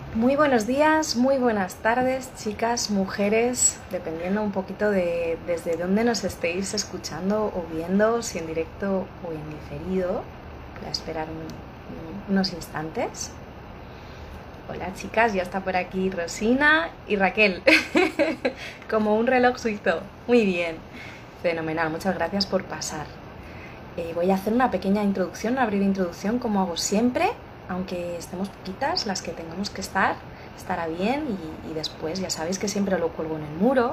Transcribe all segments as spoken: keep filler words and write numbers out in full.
Muy buenos días, muy buenas tardes, chicas, mujeres, dependiendo un poquito de desde dónde nos estéis escuchando o viendo, si en directo o en diferido. Voy a esperar un- unos instantes. Hola chicas, ya está por aquí Rosina y Raquel, como un reloj suizo. Muy bien, fenomenal, muchas gracias por pasar. Eh, voy a hacer una pequeña introducción, una breve introducción, como hago siempre, aunque estemos poquitas, las que tengamos que estar, estará bien y, y después ya sabéis que siempre lo cuelgo en el muro,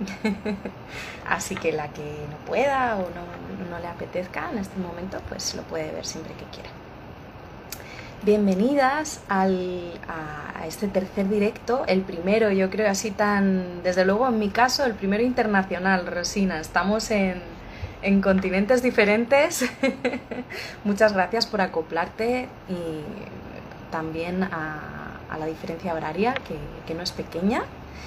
así que la que no pueda o no, no le apetezca en este momento, pues lo puede ver siempre que quiera. Bienvenidas al, a, a este tercer directo, el primero, yo creo, así tan, desde luego en mi caso, el primero internacional, Rosina. Estamos en, en continentes diferentes. Muchas gracias por acoplarte y también a, a la diferencia horaria, que, que no es pequeña.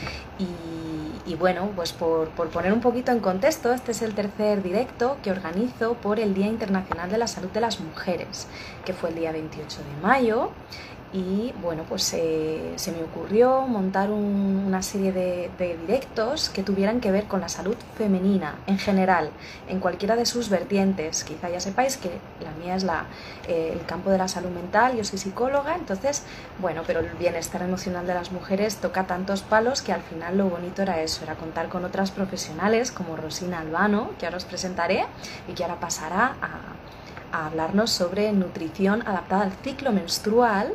Y, y bueno, pues por, por poner un poquito en contexto, este es el tercer directo que organizo por el Día Internacional de la Salud de las Mujeres, que fue el día veintiocho de mayo. Y bueno, pues eh, se me ocurrió montar un- una serie de, de directos que tuvieran que ver con la salud femenina en general, en cualquiera de sus vertientes. Quizá ya sepáis que la mía es la, eh, el campo de la salud mental, yo soy psicóloga, entonces, bueno, pero el bienestar emocional de las mujeres toca tantos palos que al final lo bonito era eso, era contar con otras profesionales como Rosina Albano, que ahora os presentaré y que ahora pasará a, a hablarnos sobre nutrición adaptada al ciclo menstrual,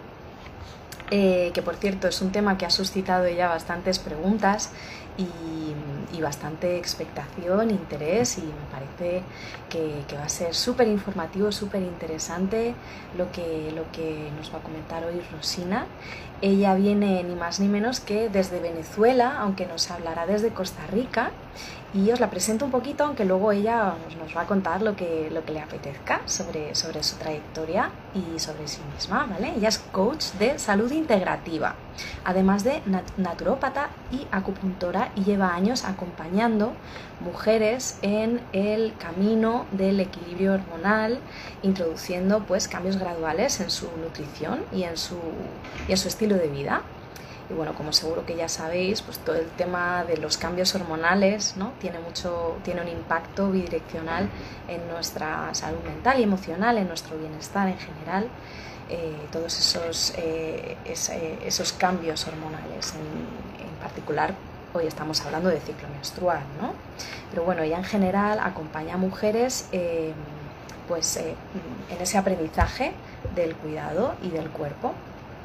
eh, que por cierto es un tema que ha suscitado ya bastantes preguntas y, y bastante expectación, interés, y me parece que, que va a ser súper informativo, súper interesante lo que, lo que nos va a comentar hoy Rosina. Ella viene ni más ni menos que desde Venezuela, aunque nos hablará desde Costa Rica, y os la presento un poquito, aunque luego ella nos, nos va a contar lo que, lo que le apetezca sobre, sobre su trayectoria y sobre sí misma, ¿vale? Ella es coach de salud integrativa, además de nat naturópata y acupuntora, y lleva años acompañando mujeres en el camino del equilibrio hormonal, introduciendo pues cambios graduales en su nutrición y en su, y en su estilo de vida. Y bueno, como seguro que ya sabéis, pues todo el tema de los cambios hormonales, ¿no? tiene, mucho, tiene un impacto bidireccional en nuestra salud mental y emocional, en nuestro bienestar en general. Eh, todos esos, eh, es, eh, esos cambios hormonales, en, en particular hoy estamos hablando de ciclo menstrual, ¿no? Pero bueno, ya en general acompaña a mujeres eh, pues, eh, en ese aprendizaje del cuidado y del cuerpo,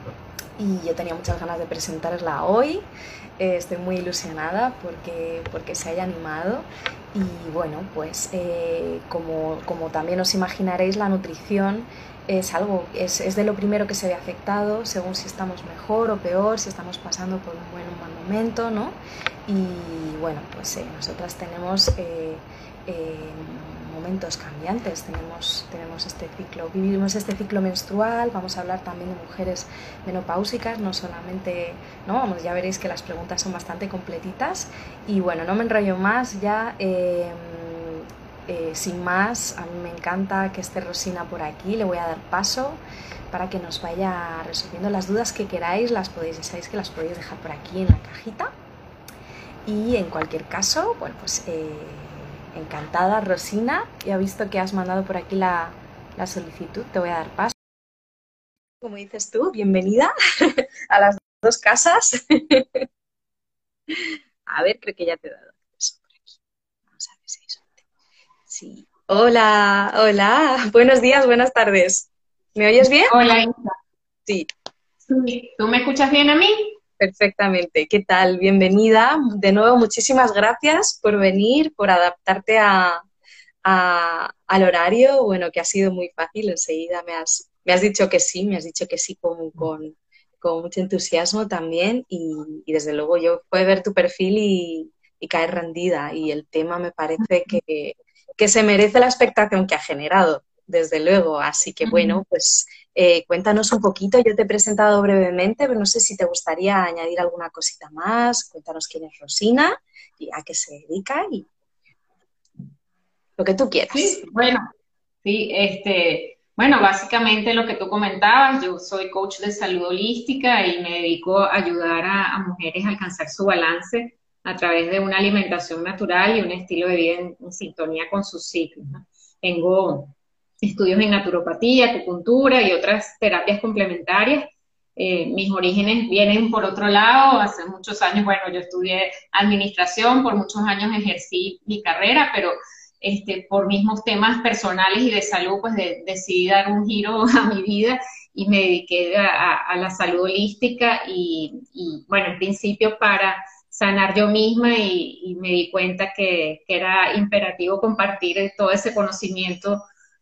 y yo tenía muchas ganas de presentarla hoy. Eh, estoy muy ilusionada porque, porque se haya animado. Y bueno, pues eh, como, como también os imaginaréis, la nutrición es algo, es, es de lo primero que se ve afectado según si estamos mejor o peor, si estamos pasando por un buen o un mal momento, ¿no? Y bueno, pues eh, nosotras tenemos eh, eh, momentos cambiantes, tenemos, tenemos este ciclo, vivimos este ciclo menstrual. Vamos a hablar también de mujeres menopáusicas, no solamente, no, vamos, ya veréis que las preguntas son bastante completitas. Y bueno, no me enrollo más, ya eh, eh, sin más, a mí me encanta que esté Rosina por aquí, le voy a dar paso para que nos vaya resolviendo las dudas que queráis. Las podéis, ya sabéis que las podéis dejar por aquí en la cajita. Y en cualquier caso, bueno, pues eh, encantada, Rosina. Ya he visto que has mandado por aquí la, la solicitud, te voy a dar paso. Como dices tú, bienvenida a las dos casas. A ver, creo que ya te he dado acceso por aquí. Vamos a ver si hay suerte. Sí. Hola, hola. Buenos días, buenas tardes. ¿Me oyes bien? Hola, Isa. Sí, Sí, ¿tú me escuchas bien a mí? perfectamente. ¿Qué tal? Bienvenida. De nuevo, muchísimas gracias por venir, por adaptarte a, a- al horario. Bueno, que ha sido muy fácil. Enseguida me has, me has dicho que sí, me has dicho que sí con, con, con mucho entusiasmo también. Y, y desde luego yo puedo ver tu perfil y, y caer rendida. Y el tema me parece que, que se merece la expectación que ha generado, desde luego. Así que bueno, pues eh, cuéntanos un poquito. Yo te he presentado brevemente, pero no sé si te gustaría añadir alguna cosita más. Cuéntanos quién es Rosina y a qué se dedica y lo que tú quieras. Sí, bueno, sí, este, Bueno, básicamente lo que tú comentabas, yo soy coach de salud holística y me dedico a ayudar a, a mujeres a alcanzar su balance a través de una alimentación natural y un estilo de vida en, en sintonía con sus ciclos, ¿no? Tengo estudios en naturopatía, acupuntura y otras terapias complementarias. Eh, mis orígenes vienen por otro lado. Hace muchos años, bueno, yo estudié administración, por muchos años ejercí mi carrera, pero este, por mismos temas personales y de salud, pues de, decidí dar un giro a mi vida y me dediqué a, a, a la salud holística y, y, bueno, en principio para sanar yo misma y, y me di cuenta que, que, era imperativo compartir todo ese conocimiento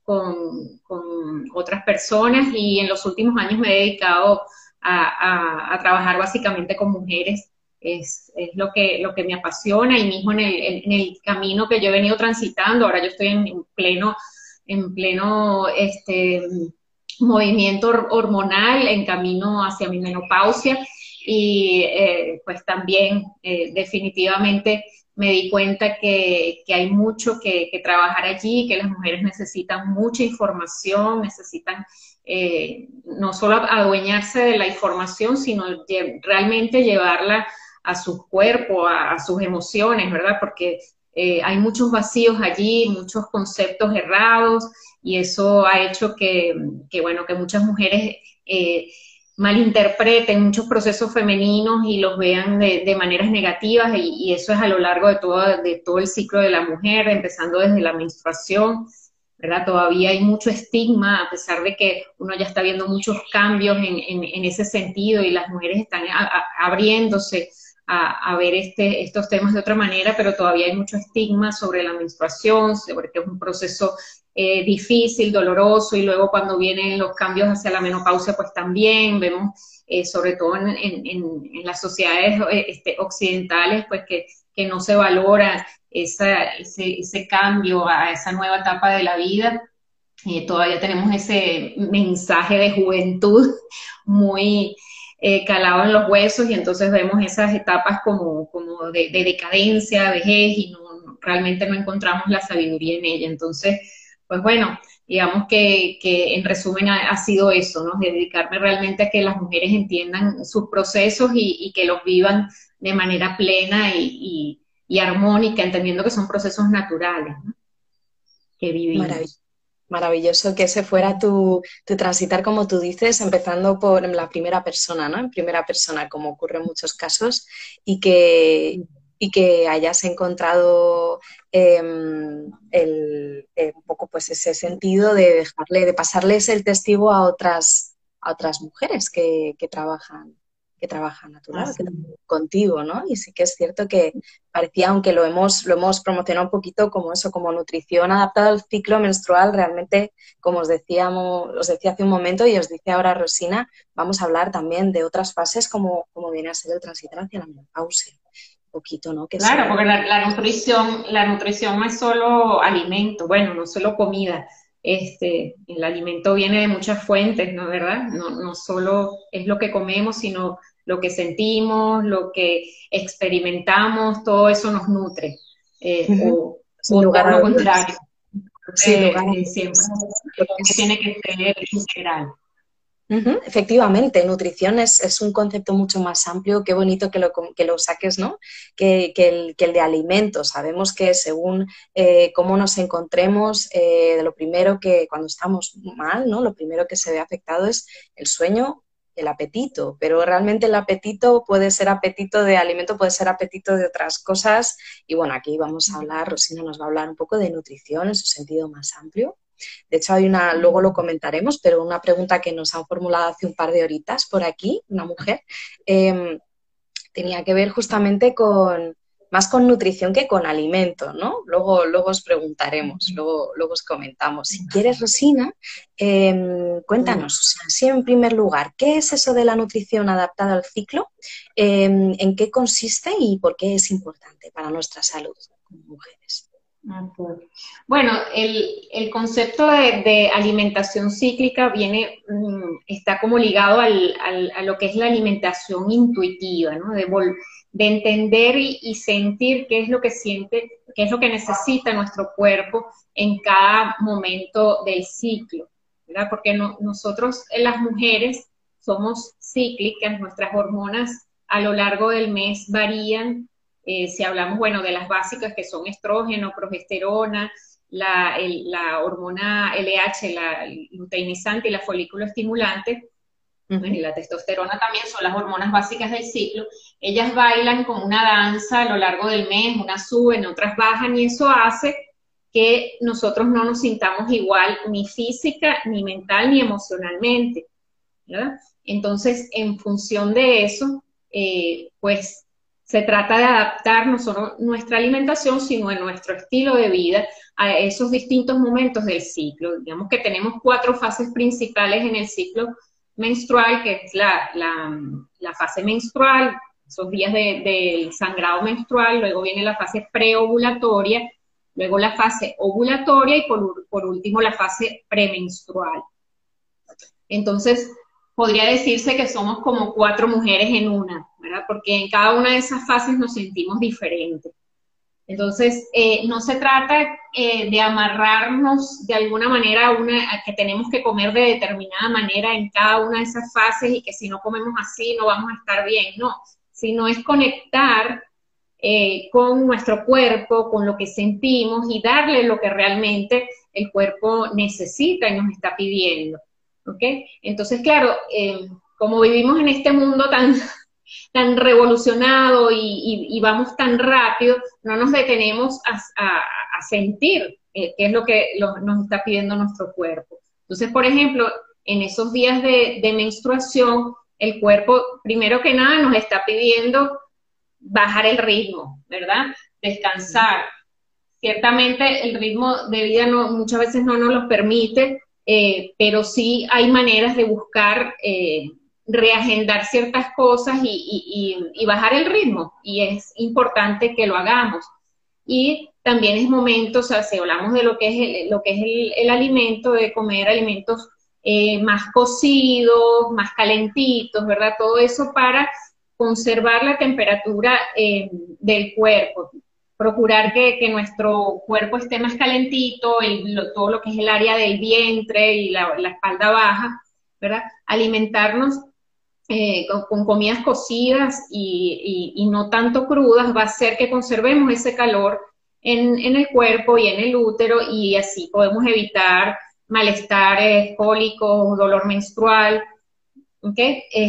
con, con otras personas y en los últimos años me he dedicado a, a, a trabajar básicamente con mujeres. Es, es lo, que, lo que me apasiona y mismo en el, en el camino que yo he venido transitando, ahora yo estoy en, en pleno, en pleno este, movimiento hormonal, en camino hacia mi menopausia y eh, pues también eh, definitivamente me di cuenta que, que hay mucho que, que trabajar allí, que las mujeres necesitan mucha información, necesitan eh, no solo adueñarse de la información, sino lle realmente llevarla a su cuerpo, a, a sus emociones, ¿verdad? Porque eh, hay muchos vacíos allí, muchos conceptos errados, y eso ha hecho que, que bueno, que muchas mujeres eh, malinterpreten muchos procesos femeninos y los vean de, de maneras negativas, y, y eso es a lo largo de todo, de todo el ciclo de la mujer, empezando desde la menstruación, ¿verdad? Todavía hay mucho estigma, a pesar de que uno ya está viendo muchos cambios en, en, en ese sentido y las mujeres están a, a, abriéndose a, a ver este, estos temas de otra manera, pero todavía hay mucho estigma sobre la menstruación, sobre que es un proceso eh, difícil, doloroso, y luego cuando vienen los cambios hacia la menopausia, pues también vemos, eh, sobre todo en, en, en las sociedades este, occidentales, pues que, que no se valora esa, ese, ese cambio a esa nueva etapa de la vida. Eh, todavía tenemos ese mensaje de juventud muy eh, calado en los huesos, y entonces vemos esas etapas como, como de, de decadencia, vejez, y no, realmente no encontramos la sabiduría en ella. Entonces, pues bueno, digamos que, que en resumen ha, ha sido eso, ¿no? Dedicarme realmente a que las mujeres entiendan sus procesos y, y que los vivan de manera plena y, y, y armónica, entendiendo que son procesos naturales, ¿no?, que vivimos. Maravilloso que ese fuera tu, tu transitar, como tú dices, empezando por la primera persona, ¿no? En primera persona, como ocurre en muchos casos, y que, y que hayas encontrado eh, el, eh, un poco pues ese sentido de dejarle, de pasarles el testigo a otras, a otras mujeres que, que trabajan que trabajan a tu lado, que trabajan contigo, ¿no? Y sí que es cierto que parecía, aunque lo hemos, lo hemos promocionado un poquito como eso, como nutrición adaptada al ciclo menstrual, realmente, como os decíamos, os decía hace un momento y os dice ahora Rosina, vamos a hablar también de otras fases como, como viene a ser el transitar hacia la menopausia. Un poquito, ¿no? Que claro, eso... porque la, la nutrición, la nutrición no es solo alimento, bueno, no solo comida. Este, el alimento viene de muchas fuentes, ¿no? ¿Verdad? No, no solo es lo que comemos, sino lo que sentimos, lo que experimentamos, todo eso nos nutre. Eh, Uh-huh. o, Sin o lugar por a lo dudas. contrario, Sin lugar a eh, dudas. siempre tiene que ser integral. Uh-huh. Efectivamente, nutrición es, es un concepto mucho más amplio. Qué bonito que lo, que lo saques, ¿no? Que, que, el, que el de alimentos. Sabemos que según eh, cómo nos encontremos, eh, lo primero que cuando estamos mal, ¿no? Lo primero que se ve afectado es el sueño, el apetito, pero realmente el apetito puede ser apetito de alimento, puede ser apetito de otras cosas. Y bueno, aquí vamos a hablar, Rosina nos va a hablar un poco de nutrición en su sentido más amplio. De hecho, hay una, luego lo comentaremos, pero una pregunta que nos han formulado hace un par de horitas por aquí, una mujer, eh, tenía que ver justamente con, más con nutrición que con alimento, ¿no? Luego, luego os preguntaremos, luego, luego os comentamos. Si quieres, Rosina, eh, cuéntanos, o sea, sí, en primer lugar, ¿qué es eso de la nutrición adaptada al ciclo? Eh, ¿En qué consiste y por qué es importante para nuestra salud como mujeres? Okay. Bueno, el, el concepto de, de alimentación cíclica viene, um, está como ligado al, al, a lo que es la alimentación intuitiva, ¿no? De, vol de entender y, y sentir qué es lo que siente, qué es lo que necesita nuestro cuerpo en cada momento del ciclo, ¿verdad? Porque no, nosotros, las mujeres, somos cíclicas, nuestras hormonas a lo largo del mes varían. Eh, si hablamos, bueno, de las básicas que son estrógeno, progesterona, la, el, la hormona L H, la luteinizante y la folículo estimulante, uh-huh. Bueno, y la testosterona también son las hormonas básicas del ciclo. Ellas bailan como una danza a lo largo del mes, unas suben, otras bajan, y eso hace que nosotros no nos sintamos igual ni física, ni mental, ni emocionalmente, ¿verdad? Entonces, en función de eso, eh, pues se trata de adaptar no solo nuestra alimentación, sino en nuestro estilo de vida a esos distintos momentos del ciclo. Digamos que tenemos cuatro fases principales en el ciclo menstrual, que es la, la, la fase menstrual, esos días del de sangrado menstrual, luego viene la fase preovulatoria, luego la fase ovulatoria y por, por último la fase premenstrual. Entonces, podría decirse que somos como cuatro mujeres en una, ¿verdad? Porque en cada una de esas fases nos sentimos diferentes. Entonces, eh, no se trata eh, de amarrarnos de alguna manera a, una, a que tenemos que comer de determinada manera en cada una de esas fases y que si no comemos así no vamos a estar bien, no. Sino es conectar eh, con nuestro cuerpo, con lo que sentimos y darle lo que realmente el cuerpo necesita y nos está pidiendo. ¿Ok? Entonces, claro, eh, como vivimos en este mundo tan, tan revolucionado y, y, y vamos tan rápido, no nos detenemos a, a, a sentir eh, qué es lo que lo, nos está pidiendo nuestro cuerpo. Entonces, por ejemplo, en esos días de, de menstruación, el cuerpo, primero que nada, nos está pidiendo bajar el ritmo, ¿verdad? Descansar. Ciertamente el ritmo de vida no, muchas veces no nos lo permite, Eh, pero sí hay maneras de buscar eh, reagendar ciertas cosas y, y, y bajar el ritmo, y es importante que lo hagamos. Y también es momento, o sea, si hablamos de lo que es el, lo que es el, el alimento, de comer alimentos eh, más cocidos, más calentitos, ¿verdad? Todo eso para conservar la temperatura eh, del cuerpo. Procurar que, que nuestro cuerpo esté más calentito, el, lo, todo lo que es el área del vientre y la, la espalda baja, ¿verdad? Alimentarnos eh, con, con comidas cocidas y, y, y no tanto crudas va a hacer que conservemos ese calor en, en el cuerpo y en el útero, y así podemos evitar malestares, cólicos, dolor menstrual, ¿ok?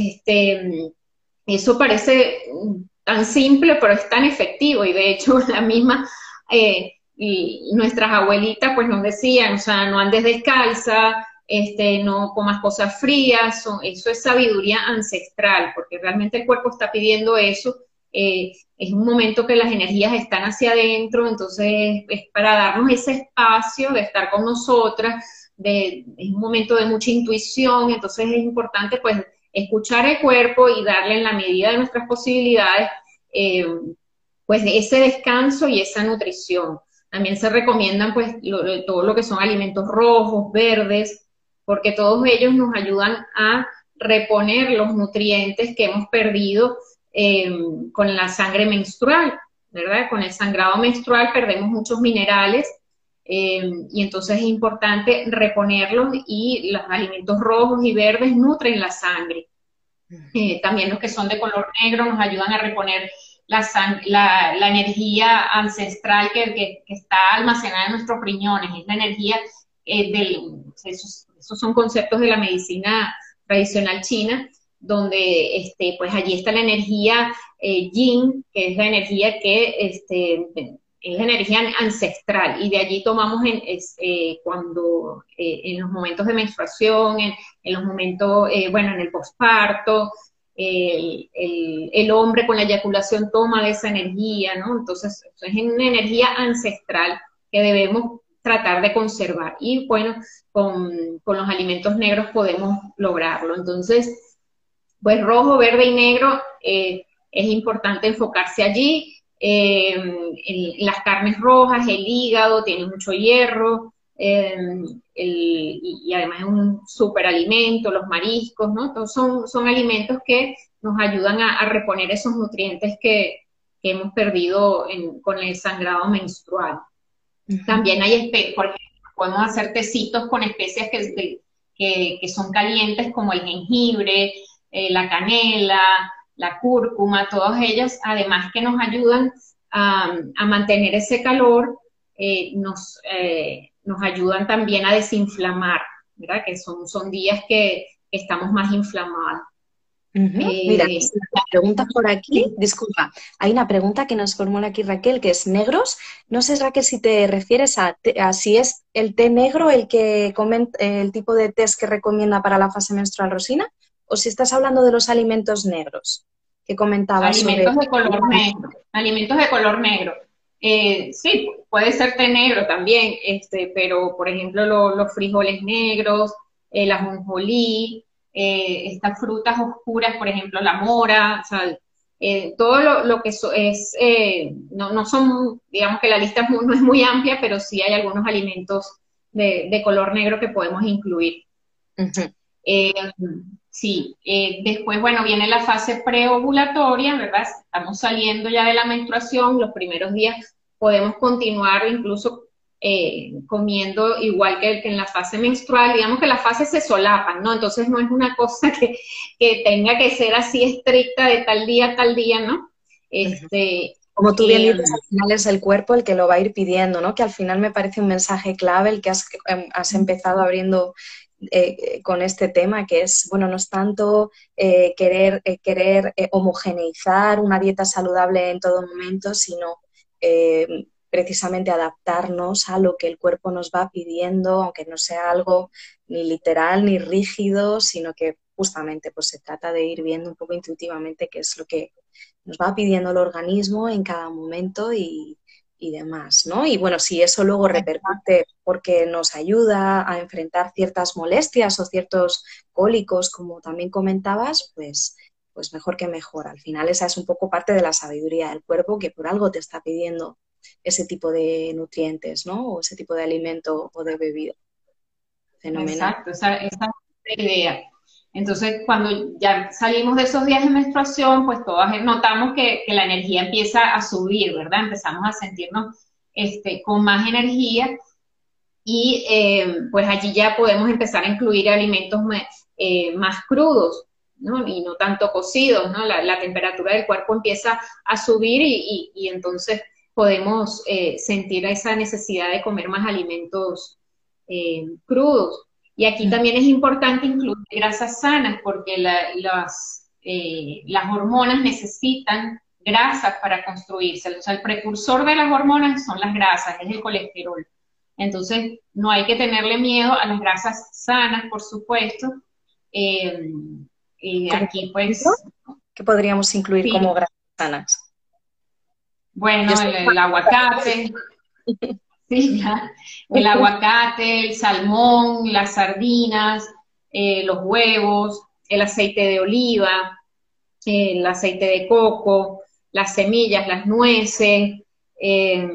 Este, eso parece tan simple, pero es tan efectivo, y de hecho la misma, eh, y nuestras abuelitas pues nos decían, o sea, no andes descalza, este, no comas cosas frías, so, eso es sabiduría ancestral, porque realmente el cuerpo está pidiendo eso, eh, es un momento que las energías están hacia adentro, entonces es para darnos ese espacio de estar con nosotras, de, es un momento de mucha intuición, entonces es importante pues escuchar el cuerpo y darle en la medida de nuestras posibilidades eh, pues ese descanso y esa nutrición. También se recomiendan pues lo, lo, todo lo que son alimentos rojos, verdes, porque todos ellos nos ayudan a reponer los nutrientes que hemos perdido eh, con la sangre menstrual, ¿verdad? Con el sangrado menstrual perdemos muchos minerales, Eh, y entonces es importante reponerlos, y los alimentos rojos y verdes nutren la sangre. Eh, también los que son de color negro nos ayudan a reponer la, la, la energía ancestral que, que, que está almacenada en nuestros riñones, es la energía eh, del, esos, esos son conceptos de la medicina tradicional china, donde este, pues allí está la energía eh, yin, que es la energía que este, es la energía ancestral, y de allí tomamos en, es, eh, cuando eh, en los momentos de menstruación, en, en los momentos, eh, bueno, en el posparto, el, el, el hombre con la eyaculación toma de esa energía, ¿no? Entonces, es una energía ancestral que debemos tratar de conservar, y bueno, con, con los alimentos negros podemos lograrlo. Entonces, pues rojo, verde y negro, eh, es importante enfocarse allí. Eh, en, en las carnes rojas, el hígado tiene mucho hierro, eh, el, y, y además es un superalimento, los mariscos, ¿no? Entonces son, son alimentos que nos ayudan a, a reponer esos nutrientes que, que hemos perdido en, con el sangrado menstrual. Uh-huh. También hay especies, por ejemplo, podemos hacer tecitos con especias que, que, que son calientes, como el jengibre, eh, la canela, la cúrcuma, todas ellas, además que nos ayudan a, a mantener ese calor, eh, nos, eh, nos ayudan también a desinflamar, ¿verdad? Que son, son días que, que estamos más inflamados. Ujú. Mira, Eh, me pregunta por aquí, sí, disculpa, hay una pregunta que nos formula aquí Raquel, que es negros. No sé, Raquel, si te refieres a, te- a si es el té negro el que comen- el tipo de té que recomienda para la fase menstrual, Rosina, o si estás hablando de los alimentos negros que comentabas sobre... alimentos de color negro, alimentos de color negro. Eh, sí, puede ser té negro también, este, pero por ejemplo lo, los frijoles negros, el ajonjolí, eh, estas frutas oscuras, por ejemplo la mora, o sea, eh, todo lo, lo que so, es, eh, no, no son, digamos que la lista es muy, no es muy amplia, pero sí hay algunos alimentos de, de color negro que podemos incluir. Ujú. Eh, sí, eh, después, bueno, viene la fase preovulatoria, ¿verdad? Estamos saliendo ya de la menstruación, los primeros días podemos continuar incluso eh, comiendo igual que, que en la fase menstrual, digamos que las fases se solapan, ¿no? Entonces no es una cosa que, que tenga que ser así estricta de tal día a tal día, ¿no? Ujú. Este, Como tú bien eh, dices, al final es el cuerpo el que lo va a ir pidiendo, ¿no? Que al final me parece un mensaje clave el que has, em, has empezado abriendo eh, con este tema, que es, bueno, no es tanto eh, querer, eh, querer eh, homogeneizar una dieta saludable en todo momento, sino eh, precisamente adaptarnos a lo que el cuerpo nos va pidiendo, aunque no sea algo ni literal ni rígido, sino que justamente pues se trata de ir viendo un poco intuitivamente qué es lo que nos va pidiendo el organismo en cada momento y, y demás, ¿no? Y bueno, si eso luego repercute porque nos ayuda a enfrentar ciertas molestias o ciertos cólicos, como también comentabas, pues, pues mejor que mejor. Al final esa es un poco parte de la sabiduría del cuerpo que por algo te está pidiendo ese tipo de nutrientes, ¿no? O ese tipo de alimento o de bebida. Fenomenal. Exacto, esa, esa es la idea. Entonces, cuando ya salimos de esos días de menstruación, pues todas notamos que, que la energía empieza a subir, ¿verdad? Empezamos a sentirnos este, con más energía y eh, pues allí ya podemos empezar a incluir alimentos me- eh, más crudos, ¿no? Y no tanto cocidos, ¿no? La, la temperatura del cuerpo empieza a subir y, y- y entonces podemos eh, sentir esa necesidad de comer más alimentos eh, crudos. Y aquí Mm. también es importante incluir grasas sanas porque la- las, eh, las hormonas necesitan grasas para construirse. O sea, el precursor de las hormonas son las grasas, es el colesterol. Entonces, no hay que tenerle miedo a las grasas sanas, por supuesto. Eh, y Como por aquí, ejemplo, pues, ¿qué podríamos incluir como sí, grasas sanas? Yo bueno, estoy... el, el aguacate, sí, ya, el aguacate, el salmón, las sardinas, eh, los huevos, el aceite de oliva, el aceite de coco, las semillas, las nueces, eh,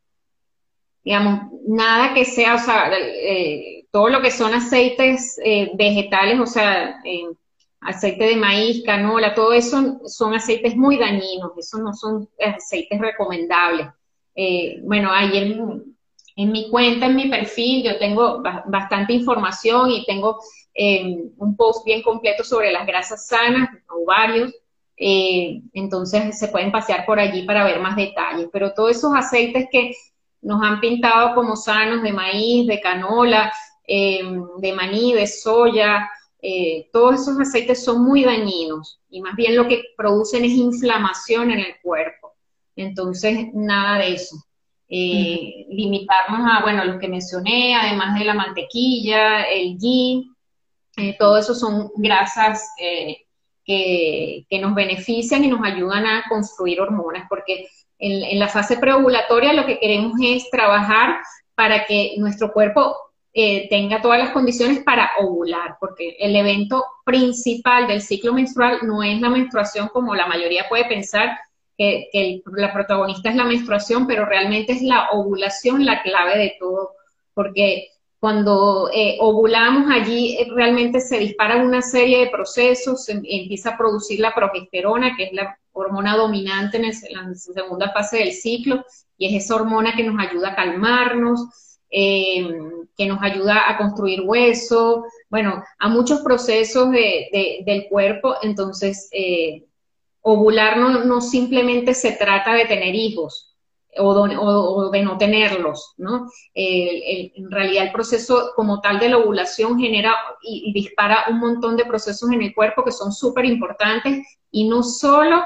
digamos, nada que sea, o sea, eh, todo lo que son aceites eh, vegetales, o sea, eh, aceite de maíz, canola, todo eso son aceites muy dañinos, esos no son aceites recomendables. Eh, bueno, ahí en, en, mi cuenta, en mi perfil, yo tengo ba bastante información y tengo eh, un post bien completo sobre las grasas sanas, o varios, eh, entonces se pueden pasear por allí para ver más detalles, pero todos esos aceites que nos han pintado como sanos de maíz, de canola, eh, de maní, de soya, eh, todos esos aceites son muy dañinos y más bien lo que producen es inflamación en el cuerpo. Entonces, nada de eso. Ujú. Eh, limitarnos a, bueno, lo que mencioné, además de la mantequilla, el ghee, eh, todo eso son grasas eh, que, que, nos benefician y nos ayudan a construir hormonas, porque en, en, la fase preovulatoria lo que queremos es trabajar para que nuestro cuerpo eh, tenga todas las condiciones para ovular, porque el evento principal del ciclo menstrual no es la menstruación como la mayoría puede pensar, que, que el, la protagonista es la menstruación, pero realmente es la ovulación la clave de todo, porque cuando eh, ovulamos allí eh, realmente se disparan una serie de procesos, se empieza a producir la progesterona, que es la hormona dominante en, el, en la segunda fase del ciclo, y es esa hormona que nos ayuda a calmarnos, eh, que nos ayuda a construir hueso, bueno, a muchos procesos de, de, del cuerpo. Entonces, eh, ovular no, no simplemente se trata de tener hijos, o de, o, o de no tenerlos, ¿no? Eh, el, en realidad el proceso como tal de la ovulación genera y, y dispara un montón de procesos en el cuerpo que son súper importantes, y no solo,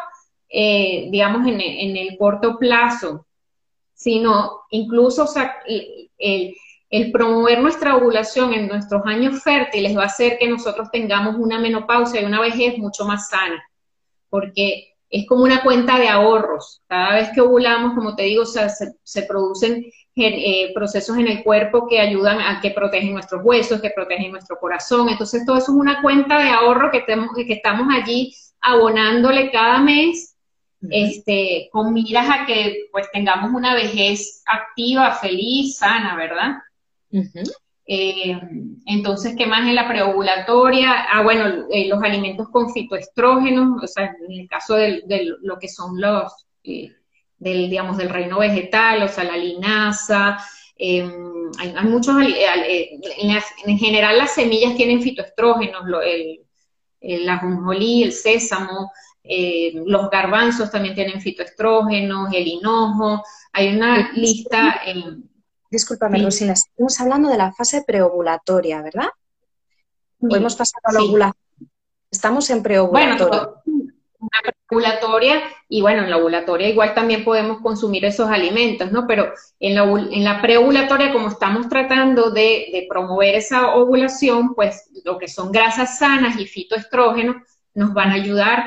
eh, digamos, en, en el corto plazo, sino incluso, o sea, el, el, el promover nuestra ovulación en nuestros años fértiles va a hacer que nosotros tengamos una menopausia y una vejez mucho más sana, porque es como una cuenta de ahorros. Cada vez que ovulamos, como te digo, o sea, se, se producen eh, procesos en el cuerpo que ayudan a que protegen nuestros huesos, que protegen nuestro corazón. Entonces, todo eso es una cuenta de ahorro que, tenemos, que estamos allí abonándole cada mes, uh-huh. este, con miras a que pues tengamos una vejez activa, feliz, sana, ¿verdad? Uh-huh. Eh, entonces, ¿qué más en la preovulatoria? Ah, bueno, eh, los alimentos con fitoestrógenos, o sea, en el caso de, de lo que son los, eh, del, digamos, del reino vegetal, o sea, la linaza, eh, hay, hay, muchos, eh, en, en general las semillas tienen fitoestrógenos, lo, el, el ajonjolí, el sésamo, eh, los garbanzos también tienen fitoestrógenos, el hinojo, hay una lista en... Discúlpame, sí. Rosina, estamos hablando de la fase preovulatoria, ¿verdad? Sí. ¿O hemos pasado a la sí. ovulación? Estamos en preovulatoria. Bueno, una preovulatoria, y bueno, en la ovulatoria igual también podemos consumir esos alimentos, ¿no? Pero en la, en la preovulatoria, como estamos tratando de, de promover esa ovulación, pues lo que son grasas sanas y fitoestrógenos nos van a ayudar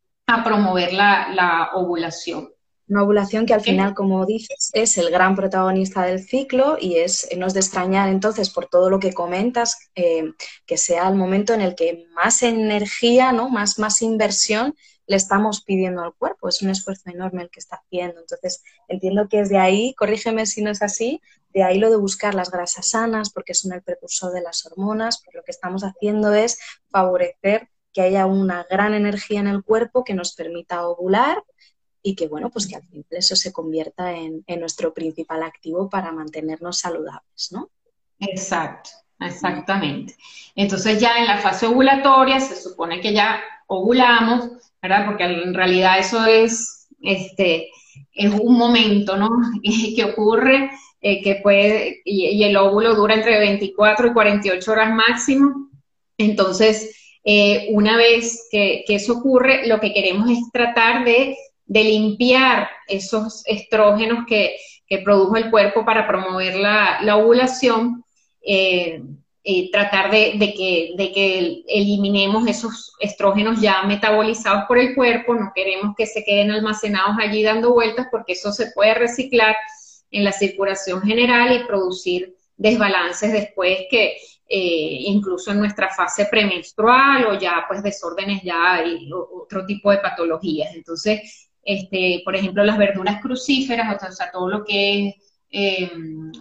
a promover la, la ovulación. Una ovulación que al final, como dices, es el gran protagonista del ciclo, y es, no es de extrañar entonces, por todo lo que comentas, eh, que sea el momento en el que más energía, ¿no? más, más inversión le estamos pidiendo al cuerpo. Es un esfuerzo enorme el que está haciendo. Entonces, entiendo que es de ahí, corrígeme si no es así, de ahí lo de buscar las grasas sanas, porque son el precursor de las hormonas, pues lo que estamos haciendo es favorecer que haya una gran energía en el cuerpo que nos permita ovular, y que, bueno, pues que al final eso se convierta en, en nuestro principal activo para mantenernos saludables, ¿no? Exacto, exactamente. Entonces ya en la fase ovulatoria se supone que ya ovulamos, ¿verdad? Porque en realidad eso es, este, es un momento, ¿no? que ocurre, eh, que puede, y, y el óvulo dura entre veinticuatro y cuarenta y ocho horas máximo. Entonces, eh, una vez que, que eso ocurre, lo que queremos es tratar de de limpiar esos estrógenos que, que produjo el cuerpo para promover la, la ovulación, eh, y tratar de, de, que, de que eliminemos esos estrógenos ya metabolizados por el cuerpo. No queremos que se queden almacenados allí dando vueltas, porque eso se puede reciclar en la circulación general y producir desbalances después, que eh, incluso en nuestra fase premenstrual, o ya pues desórdenes ya y o, otro tipo de patologías. Entonces, Este, por ejemplo, las verduras crucíferas, o sea, todo lo que es eh,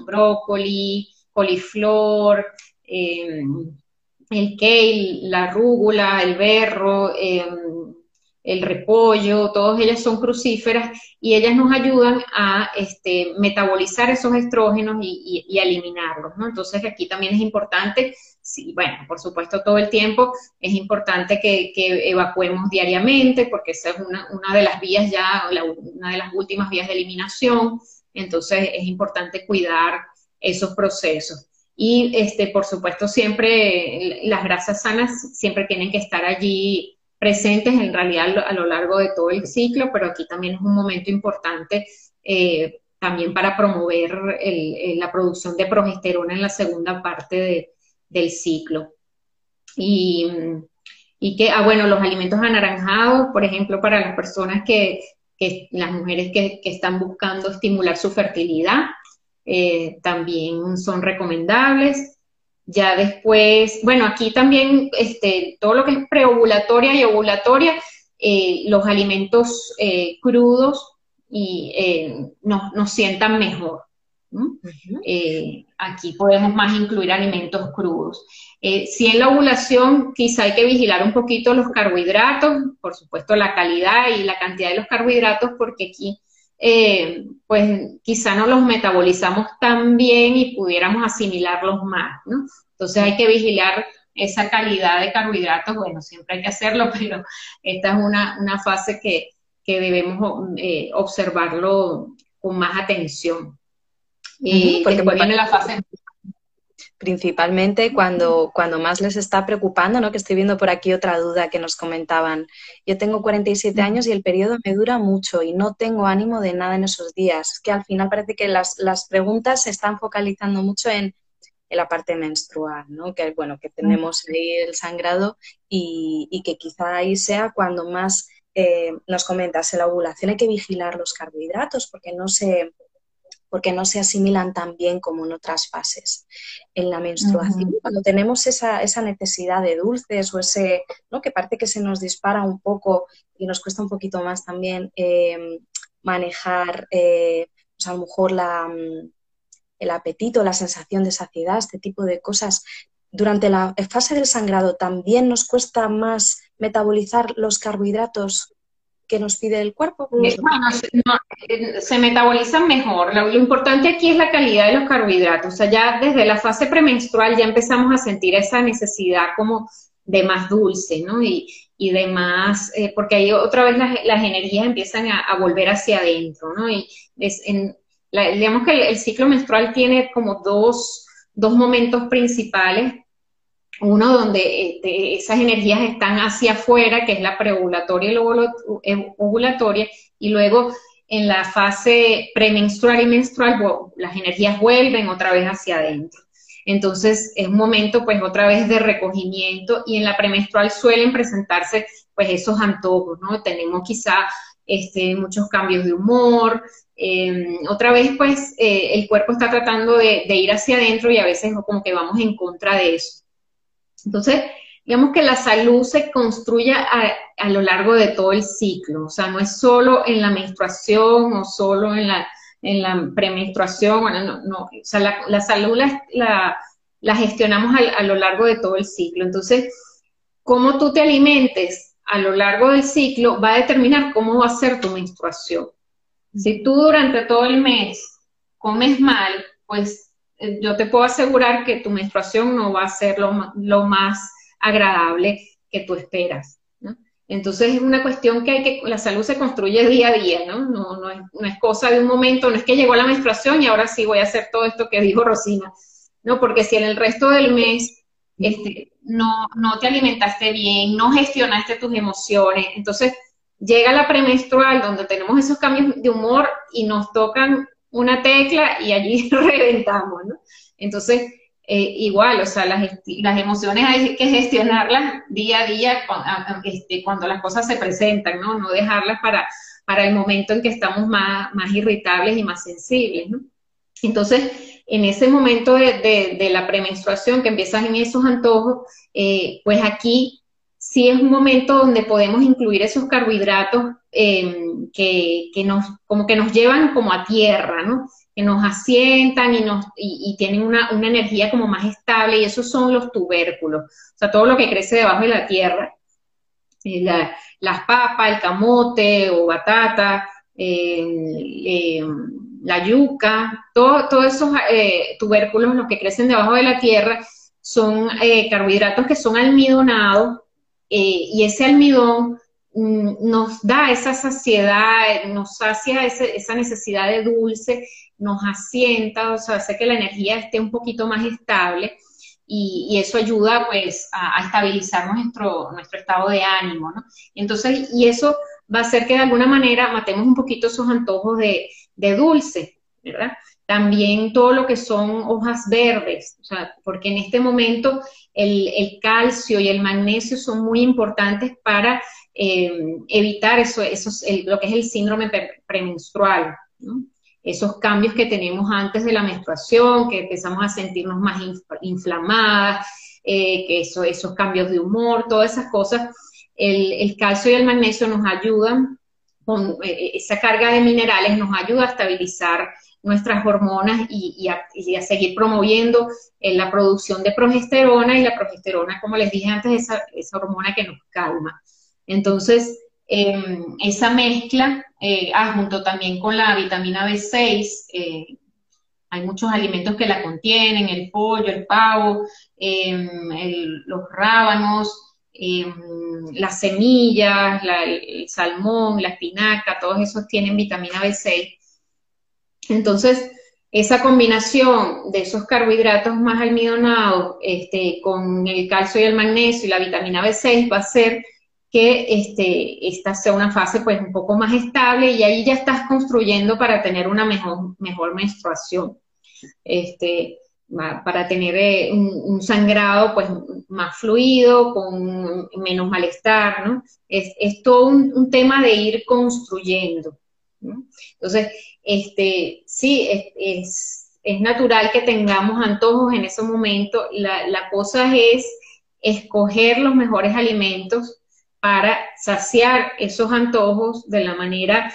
brócoli, coliflor, eh, el kale, la rúgula, el berro, eh, el repollo, todas ellas son crucíferas, y ellas nos ayudan a este, metabolizar esos estrógenos y, y, y eliminarlos, ¿no? Entonces aquí también es importante, sí, bueno, por supuesto todo el tiempo es importante que, que evacuemos diariamente, porque esa es una, una de las vías ya, la, una de las últimas vías de eliminación. Entonces es importante cuidar esos procesos. Y este, por supuesto siempre las grasas sanas siempre tienen que estar allí presentes, en realidad a lo largo de todo el ciclo, pero aquí también es un momento importante eh, también para promover el, el, la producción de progesterona en la segunda parte de, del ciclo. Y, y que, ah, bueno, los alimentos anaranjados, por ejemplo, para las personas que, que las mujeres que, que están buscando estimular su fertilidad, eh, también son recomendables. Ya después, bueno, aquí también este, todo lo que es preovulatoria y ovulatoria, eh, los alimentos eh, crudos y eh, nos, nos sientan mejor, ¿no? Uh-huh. eh, aquí podemos más incluir alimentos crudos. Eh, si en la ovulación quizá hay que vigilar un poquito los carbohidratos, por supuesto la calidad y la cantidad de los carbohidratos, porque aquí eh, pues quizá no los metabolizamos tan bien y pudiéramos asimilarlos más, ¿no? Entonces hay que vigilar esa calidad de carbohidratos, bueno, siempre hay que hacerlo, pero esta es una, una fase que, que debemos eh, observarlo con más atención. Ujú, Y porque me después viene parece la fase... principalmente cuando, cuando más les está preocupando, ¿no? Que estoy viendo por aquí otra duda que nos comentaban. Yo tengo cuarenta y siete años y el periodo me dura mucho y no tengo ánimo de nada en esos días. Es que al final parece que las, las preguntas se están focalizando mucho en, en la parte menstrual, ¿no? Que, bueno, que tenemos ahí el sangrado y, y que quizá ahí sea cuando más eh, nos comentas, en la ovulación hay que vigilar los carbohidratos porque no se porque no se asimilan tan bien como en otras fases. En la menstruación, Ujú. cuando tenemos esa, esa necesidad de dulces o ese, ¿no? Que parece que se nos dispara un poco y nos cuesta un poquito más también eh, manejar, eh, pues a lo mejor la, el apetito, la sensación de saciedad, este tipo de cosas. Durante la fase del sangrado también nos cuesta más metabolizar los carbohidratos que nos pide el cuerpo. Eh, bueno, se, no, eh, se metabolizan mejor. Lo, lo importante aquí es la calidad de los carbohidratos. O sea, ya desde la fase premenstrual ya empezamos a sentir esa necesidad como de más dulce, ¿no? Y, y de más, eh, porque ahí otra vez las, las energías empiezan a, a, volver hacia adentro, ¿no? Y es en, la, digamos que el, el ciclo menstrual tiene como dos, dos momentos principales. Uno donde este, esas energías están hacia afuera, que es la preovulatoria y la ovulatoria, y luego en la fase premenstrual y menstrual, bueno, las energías vuelven otra vez hacia adentro. Entonces es un momento pues otra vez de recogimiento y en la premenstrual suelen presentarse pues esos antojos, ¿no? Tenemos quizá este, muchos cambios de humor, eh, otra vez pues eh, el cuerpo está tratando de, de ir hacia adentro y a veces como que vamos en contra de eso. Entonces, digamos que la salud se construye a, a, lo largo de todo el ciclo, o sea, no es solo en la menstruación o solo en la, en la premenstruación, bueno, no, no, o sea, la, la salud la, la, la gestionamos a, a lo largo de todo el ciclo. Entonces, cómo tú te alimentes a lo largo del ciclo va a determinar cómo va a ser tu menstruación. Si tú durante todo el mes comes mal, pues yo te puedo asegurar que tu menstruación no va a ser lo, lo más agradable que tú esperas, ¿no? Entonces es una cuestión que hay que, la salud se construye día a día, ¿no? No, no, es, no es cosa de un momento, no es que llegó la menstruación y ahora sí voy a hacer todo esto que dijo Rosina, ¿no? Porque si en el resto del mes este, no, no te alimentaste bien, no gestionaste tus emociones, entonces llega la premenstrual donde tenemos esos cambios de humor y nos tocan una tecla y allí reventamos, ¿no? Entonces, eh, igual, o sea, las, las emociones hay que gestionarlas día a día cuando, este, cuando las cosas se presentan, ¿no? No dejarlas para, para el momento en que estamos más, más irritables y más sensibles, ¿no? Entonces, en ese momento de, de, de la premenstruación que empiezan en esos antojos, eh, pues aquí sí es un momento donde podemos incluir esos carbohidratos eh, que, que nos, como que nos llevan como a tierra, ¿no? Que nos asientan y, nos, y, y tienen una, una energía como más estable, y esos son los tubérculos, o sea, todo lo que crece debajo de la tierra, eh, la, las papas, el camote o batata, eh, eh, la yuca, todo, todos esos eh, tubérculos, los que crecen debajo de la tierra, son eh, carbohidratos que son almidonados, eh, y ese almidón mm, nos da esa saciedad, nos sacia ese, esa necesidad de dulce, nos asienta, o sea, hace que la energía esté un poquito más estable y, y eso ayuda pues a, a estabilizar nuestro, nuestro estado de ánimo, ¿no? Entonces, y eso va a hacer que de alguna manera matemos un poquito esos antojos de, de dulce, ¿verdad? También todo lo que son hojas verdes, o sea, porque en este momento el, el calcio y el magnesio son muy importantes para eh, evitar eso, esos, el, lo que es el síndrome premenstrual, ¿no? Esos cambios que tenemos antes de la menstruación, que empezamos a sentirnos más inflamadas, eh, que eso, esos cambios de humor, todas esas cosas, el, el calcio y el magnesio nos ayudan, con eh, esa carga de minerales nos ayuda a estabilizar nuestras hormonas y, y, a, y a seguir promoviendo eh, la producción de progesterona, y la progesterona, como les dije antes, esa, esa hormona que nos calma. Entonces, eh, esa mezcla, eh, ah, junto también con la vitamina B seis, eh, hay muchos alimentos que la contienen, el pollo, el pavo, eh, el, los rábanos, eh, las semillas, la, el salmón, la espinaca, todos esos tienen vitamina B seis. Entonces, esa combinación de esos carbohidratos más almidonados este, con el calcio y el magnesio y la vitamina B seis va a hacer que este, esta sea una fase pues un poco más estable y ahí ya estás construyendo para tener una mejor, mejor menstruación, este, para tener eh, un, un, sangrado pues más fluido, con menos malestar, ¿no? Es, es todo un, un tema de ir construyendo, ¿no? Entonces, este, sí, es, es, es natural que tengamos antojos en ese momento. La, la cosa es escoger los mejores alimentos para saciar esos antojos de la manera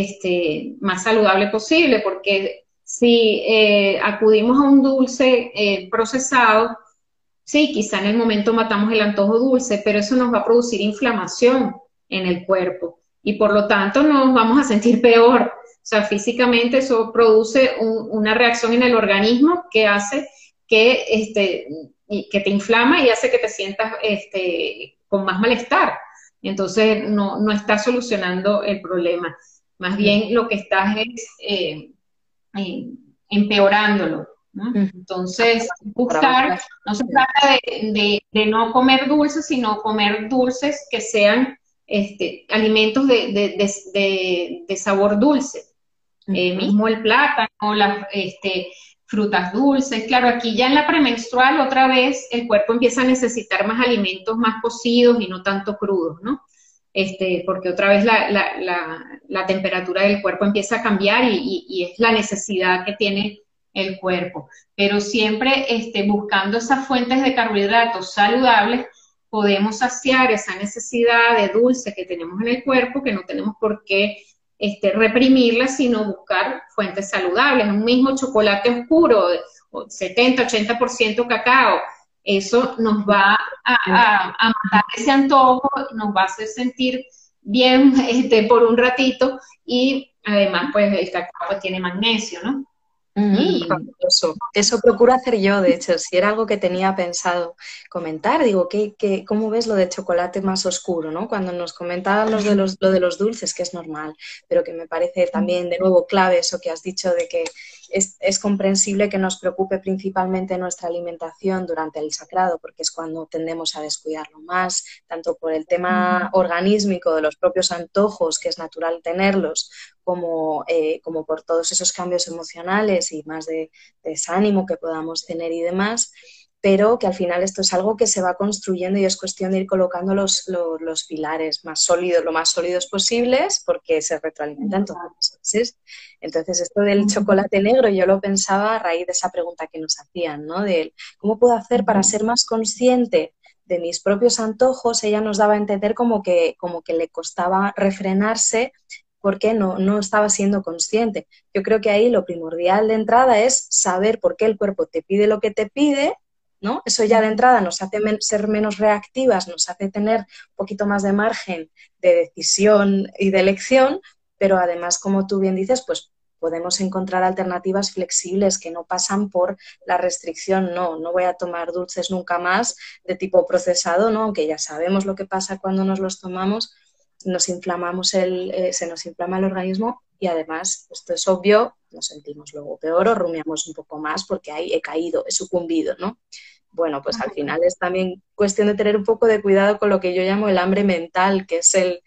este, más saludable posible, porque si eh, acudimos a un dulce eh, procesado, sí, quizá en el momento matamos el antojo dulce, pero eso nos va a producir inflamación en el cuerpo y por lo tanto nos vamos a sentir peor. O sea, físicamente eso produce un, una reacción en el organismo que hace que, este, que te inflama y hace que te sientas este, con más malestar. Entonces, no, no estás solucionando el problema. Más bien lo que estás es eh, eh, empeorándolo, ¿no? Entonces, buscar, no se trata de, de, de no comer dulces, sino comer dulces que sean este, alimentos de, de, de, de, de sabor dulce. Eh, mismo el plátano, las este, frutas dulces. Claro, aquí ya en la premenstrual otra vez el cuerpo empieza a necesitar más alimentos más cocidos y no tanto crudos, ¿no? Este, porque otra vez la, la, la, la temperatura del cuerpo empieza a cambiar y, y, y es la necesidad que tiene el cuerpo. Pero siempre este, buscando esas fuentes de carbohidratos saludables, podemos saciar esa necesidad de dulce que tenemos en el cuerpo, que no tenemos por qué este, reprimirla, sino buscar fuentes saludables. Un mismo chocolate oscuro, setenta, ochenta por ciento cacao, eso nos va a, a, a matar ese antojo, nos va a hacer sentir bien este, por un ratito y además pues el cacao pues, tiene magnesio, ¿no? Mm, y eso, eso procuro hacer yo, de hecho, si era algo que tenía pensado comentar, digo, ¿qué, qué, ¿cómo ves lo de chocolate más oscuro, ¿no? Cuando nos comentaban los de los, lo de los dulces, que es normal, pero que me parece también de nuevo clave eso que has dicho de que es, es comprensible que nos preocupe principalmente nuestra alimentación durante el sacrado, porque es cuando tendemos a descuidarlo más, tanto por el tema organísmico de los propios antojos, que es natural tenerlos, como, eh, como por todos esos cambios emocionales y más de, de desánimo que podamos tener y demás, pero que al final esto es algo que se va construyendo y es cuestión de ir colocando los, los, los pilares más sólidos, lo más sólidos posibles, porque se retroalimentan todas las fases. Entonces, esto del chocolate negro yo lo pensaba a raíz de esa pregunta que nos hacían, ¿no? De cómo puedo hacer para ser más consciente de mis propios antojos. Ella nos daba a entender como que, como que le costaba refrenarse porque no, no estaba siendo consciente. Yo creo que ahí lo primordial de entrada es saber por qué el cuerpo te pide lo que te pide, ¿no? Eso ya de entrada nos hace men- ser menos reactivas, nos hace tener un poquito más de margen de decisión y de elección, pero además, como tú bien dices, pues podemos encontrar alternativas flexibles que no pasan por la restricción. No, no voy a tomar dulces nunca más de tipo procesado, ¿no? Aunque ya sabemos lo que pasa cuando nos los tomamos, nos inflamamos el, eh, se nos inflama el organismo y además, esto es obvio, nos sentimos luego peor o rumiamos un poco más porque ahí he caído, he sucumbido, ¿no? Bueno, pues al final es también cuestión de tener un poco de cuidado con lo que yo llamo el hambre mental, que es el,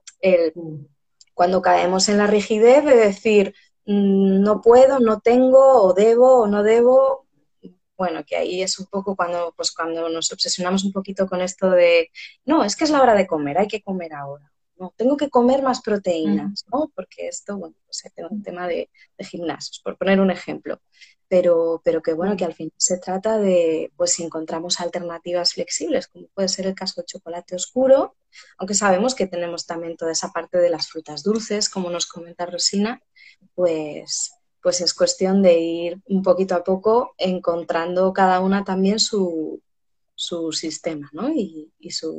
el cuando caemos en la rigidez de decir mmm, no puedo, no tengo, o debo o no debo. Bueno, que ahí es un poco cuando, pues cuando nos obsesionamos un poquito con esto de no, es que es la hora de comer, hay que comer ahora. No, tengo que comer más proteínas, ¿no? Porque esto, bueno, pues es un tema de, de gimnasios, por poner un ejemplo. Pero, pero que bueno, que al final se trata de, pues si encontramos alternativas flexibles, como puede ser el caso del chocolate oscuro, aunque sabemos que tenemos también toda esa parte de las frutas dulces, como nos comenta Rosina, pues, pues es cuestión de ir un poquito a poco encontrando cada una también su, su sistema, ¿no? Y, y su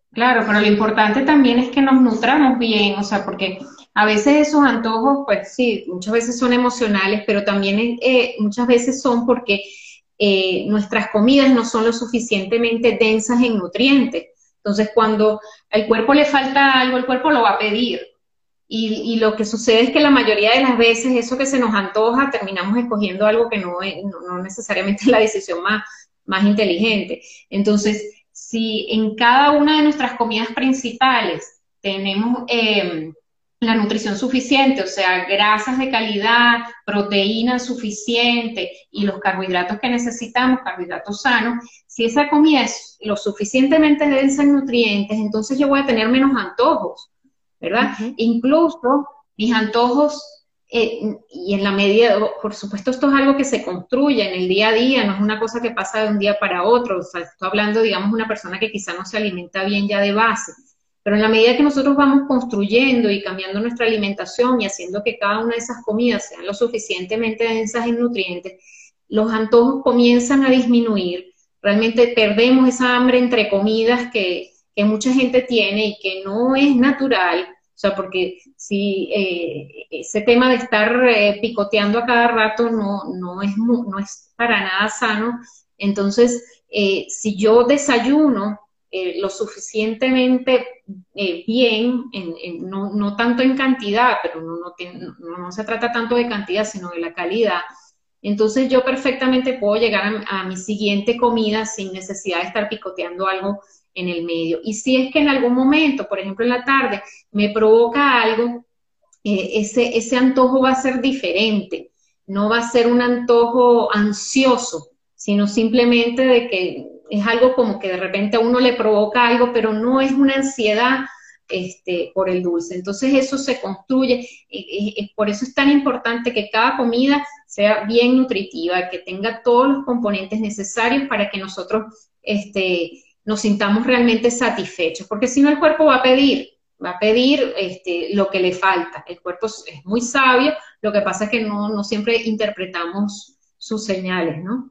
Claro, pero lo importante también es que nos nutramos bien, o sea, porque a veces esos antojos, pues sí, muchas veces son emocionales, pero también eh, muchas veces son porque eh, nuestras comidas no son lo suficientemente densas en nutrientes. Entonces, cuando al cuerpo le falta algo, el cuerpo lo va a pedir. Y, y lo que sucede es que la mayoría de las veces eso que se nos antoja, terminamos escogiendo algo que no es no, no necesariamente es la decisión más, más inteligente. Entonces, si en cada una de nuestras comidas principales tenemos eh, la nutrición suficiente, o sea, grasas de calidad, proteína suficiente y los carbohidratos que necesitamos, carbohidratos sanos, si esa comida es lo suficientemente densa en nutrientes, entonces yo voy a tener menos antojos, ¿verdad? Ujú. Incluso mis antojos, eh, y en la medida, por supuesto, esto es algo que se construye en el día a día, no es una cosa que pasa de un día para otro, o sea, estoy hablando, digamos, de una persona que quizá no se alimenta bien ya de base, pero en la medida que nosotros vamos construyendo y cambiando nuestra alimentación y haciendo que cada una de esas comidas sean lo suficientemente densas en nutrientes, los antojos comienzan a disminuir, realmente perdemos esa hambre entre comidas que, que mucha gente tiene y que no es natural, o sea, porque si eh, ese tema de estar eh, picoteando a cada rato no, no, es, no es para nada sano, entonces eh, si yo desayuno eh, lo suficientemente eh, bien, en, en, no, no, tanto en cantidad, pero no, no, tiene, no, no se trata tanto de cantidad, sino de la calidad, entonces yo perfectamente puedo llegar a, a mi siguiente comida sin necesidad de estar picoteando algo en el medio. Y si es que en algún momento, por ejemplo en la tarde, me provoca algo, eh, ese, ese antojo va a ser diferente, no va a ser un antojo ansioso, sino simplemente de que es algo como que de repente a uno le provoca algo, pero no es una ansiedad este, por el dulce. Entonces eso se construye, eh, eh, por eso es tan importante que cada comida sea bien nutritiva, que tenga todos los componentes necesarios para que nosotros este, nos sintamos realmente satisfechos, porque si no el cuerpo va a pedir, va a pedir este, lo que le falta. El cuerpo es muy sabio, lo que pasa es que no, no siempre interpretamos sus señales, ¿no?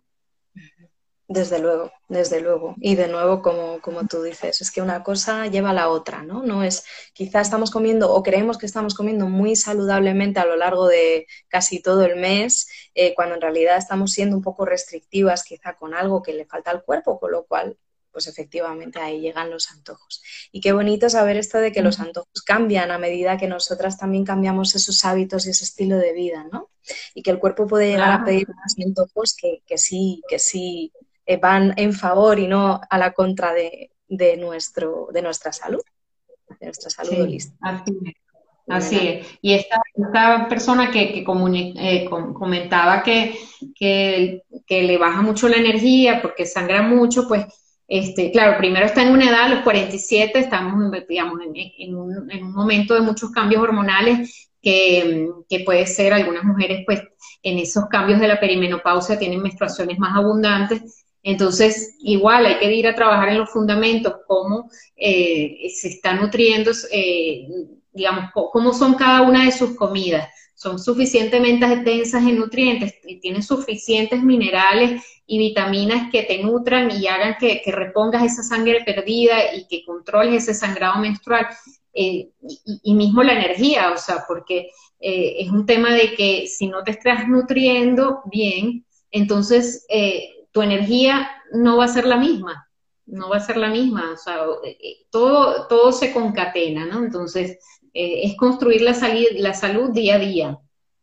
Desde luego, desde luego. Y de nuevo, como, como tú dices, es que una cosa lleva a la otra, ¿no? No es, quizá estamos comiendo o creemos que estamos comiendo muy saludablemente a lo largo de casi todo el mes, eh, cuando en realidad estamos siendo un poco restrictivas quizá con algo que le falta al cuerpo, con lo cual, pues efectivamente ahí llegan los antojos. Y qué bonito saber esto de que los antojos cambian a medida que nosotras también cambiamos esos hábitos y ese estilo de vida, ¿no? Y que el cuerpo puede llegar a Claro. pedir unos antojos que, que sí, que sí eh, van en favor y no a la contra de, de, nuestro, de nuestra salud, de nuestra salud Sí, holística. así es. Así Fenomenal. es. Y esta, esta persona que, que comuni- eh, com- comentaba que, que, que le baja mucho la energía porque sangra mucho, pues, este, claro, primero está en una edad, a los cuarenta y siete, estamos, digamos, en, en un, en un momento de muchos cambios hormonales que, que puede ser, algunas mujeres, pues, en esos cambios de la perimenopausia tienen menstruaciones más abundantes. Entonces, igual hay que ir a trabajar en los fundamentos, cómo eh, se está nutriendo, eh, digamos, cómo son cada una de sus comidas. Son suficientemente densas en nutrientes y tienen suficientes minerales y vitaminas que te nutran y hagan que, que repongas esa sangre perdida y que controles ese sangrado menstrual. Eh, y, y, mismo la energía, o sea, porque eh, es un tema de que si no te estás nutriendo bien, entonces eh, tu energía no va a ser la misma, no va a ser la misma, o sea, todo, todo se concatena, ¿no? Entonces, eh, es construir la, la salud día a día.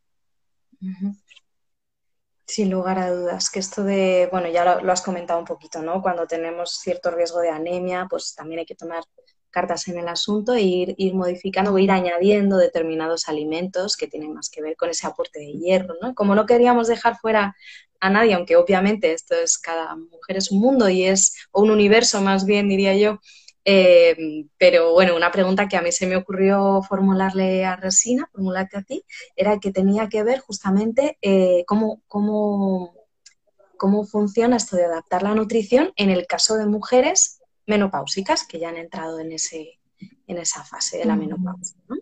Uh-huh. Sin lugar a dudas, que esto de, bueno, ya lo, lo has comentado un poquito, ¿no? Cuando tenemos cierto riesgo de anemia, pues también hay que tomar cartas en el asunto e ir, ir modificando o ir añadiendo determinados alimentos que tienen más que ver con ese aporte de hierro, ¿no? Como no queríamos dejar fuera a nadie, aunque obviamente esto es, cada mujer es un mundo y es, o un universo más bien, diría yo, eh, pero bueno, una pregunta que a mí se me ocurrió formularle a Resina, formularte a ti, era que tenía que ver justamente eh, cómo, cómo, cómo funciona esto de adaptar la nutrición en el caso de mujeres menopáusicas que ya han entrado en, ese, en esa fase de la menopausia, ¿no?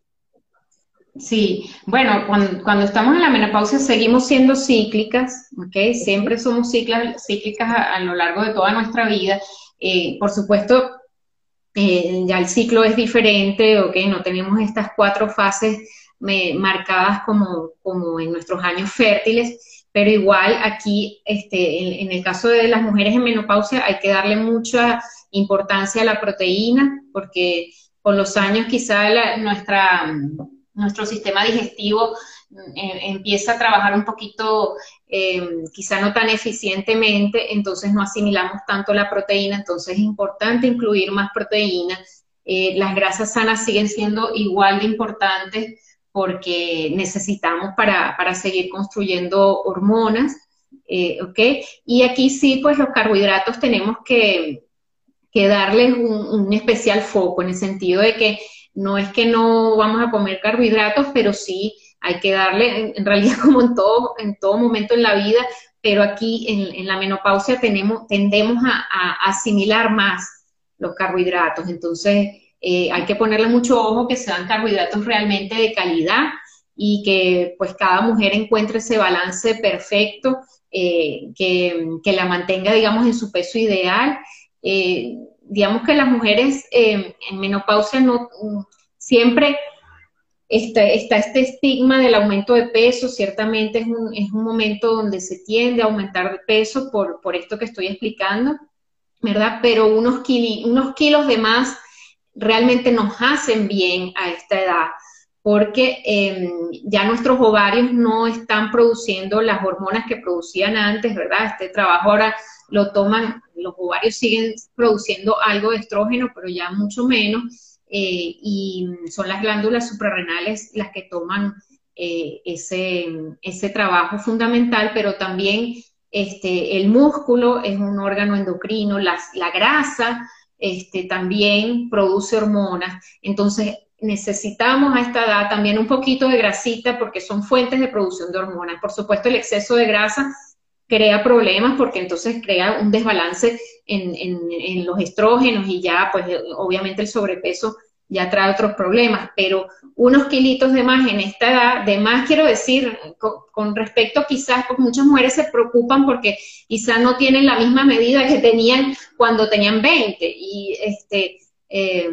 Sí, bueno, cuando, cuando, estamos en la menopausia seguimos siendo cíclicas, ¿ok? Siempre somos cíclicas, cíclicas a, a lo largo de toda nuestra vida. Eh, por supuesto, eh, ya el ciclo es diferente, ¿ok? No tenemos estas cuatro fases me, marcadas como, como en nuestros años fértiles, pero igual aquí, este, en, en el caso de las mujeres en menopausia, hay que darle mucha importancia a la proteína, porque con los años quizá la, nuestra, nuestro sistema digestivo eh, empieza a trabajar un poquito, eh, quizá no tan eficientemente, entonces no asimilamos tanto la proteína, entonces es importante incluir más proteína. Eh, las grasas sanas siguen siendo igual de importantes porque necesitamos para, para seguir construyendo hormonas, eh, ¿ok? Y aquí sí, pues los carbohidratos tenemos que, que darles un, un especial foco, en el sentido de que no es que no vamos a comer carbohidratos, pero sí hay que darle, en, en realidad como en todo, en todo momento en la vida, pero aquí en, en la menopausia tenemos, tendemos a, a, asimilar más los carbohidratos, entonces eh, hay que ponerle mucho ojo que sean carbohidratos realmente de calidad y que pues cada mujer encuentre ese balance perfecto, eh, que, que la mantenga, digamos, en su peso ideal. Eh, digamos que las mujeres eh, en menopausia no siempre está, está, este estigma del aumento de peso, ciertamente es un, es un momento donde se tiende a aumentar de peso por, por esto que estoy explicando, ¿verdad? Pero unos, kili, unos kilos de más realmente nos hacen bien a esta edad, porque eh, ya nuestros ovarios no están produciendo las hormonas que producían antes, ¿verdad? Este trabajo ahora lo toman, los ovarios siguen produciendo algo de estrógeno, pero ya mucho menos, eh, y son las glándulas suprarrenales las que toman eh, ese, ese trabajo fundamental, pero también este, el músculo es un órgano endocrino, las, la grasa este, también produce hormonas, entonces necesitamos a esta edad también un poquito de grasita porque son fuentes de producción de hormonas. Por supuesto, el exceso de grasa crea problemas porque entonces crea un desbalance en, en, en los estrógenos y ya, pues obviamente el sobrepeso ya trae otros problemas, pero unos kilitos de más en esta edad, de más quiero decir, con, con respecto quizás, porque muchas mujeres se preocupan porque quizás no tienen la misma medida que tenían cuando tenían veinte, y este, eh,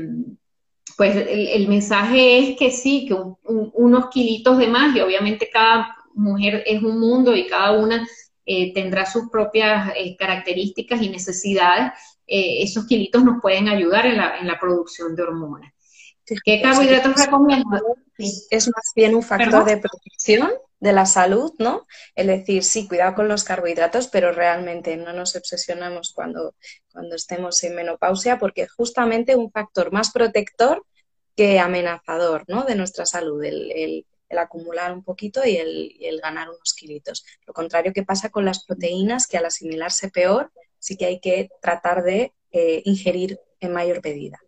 pues el, el mensaje es que sí, que un, un, unos kilitos de más, y obviamente cada mujer es un mundo y cada una eh, tendrá sus propias eh, características y necesidades, eh, esos kilitos nos pueden ayudar en la, en la producción de hormonas. ¿Qué carbohidratos recomiendas? Sí. Es más bien un factor ¿Perdón? de protección de la salud, ¿no? Es decir, sí, cuidado con los carbohidratos, pero realmente no nos obsesionamos cuando, cuando estemos en menopausia, porque es justamente un factor más protector que amenazador, ¿no? De nuestra salud, el, el, el acumular un poquito y el, y el ganar unos kilitos. Lo contrario que pasa con las proteínas, que al asimilarse peor, sí que hay que tratar de eh, ingerir en mayor medida.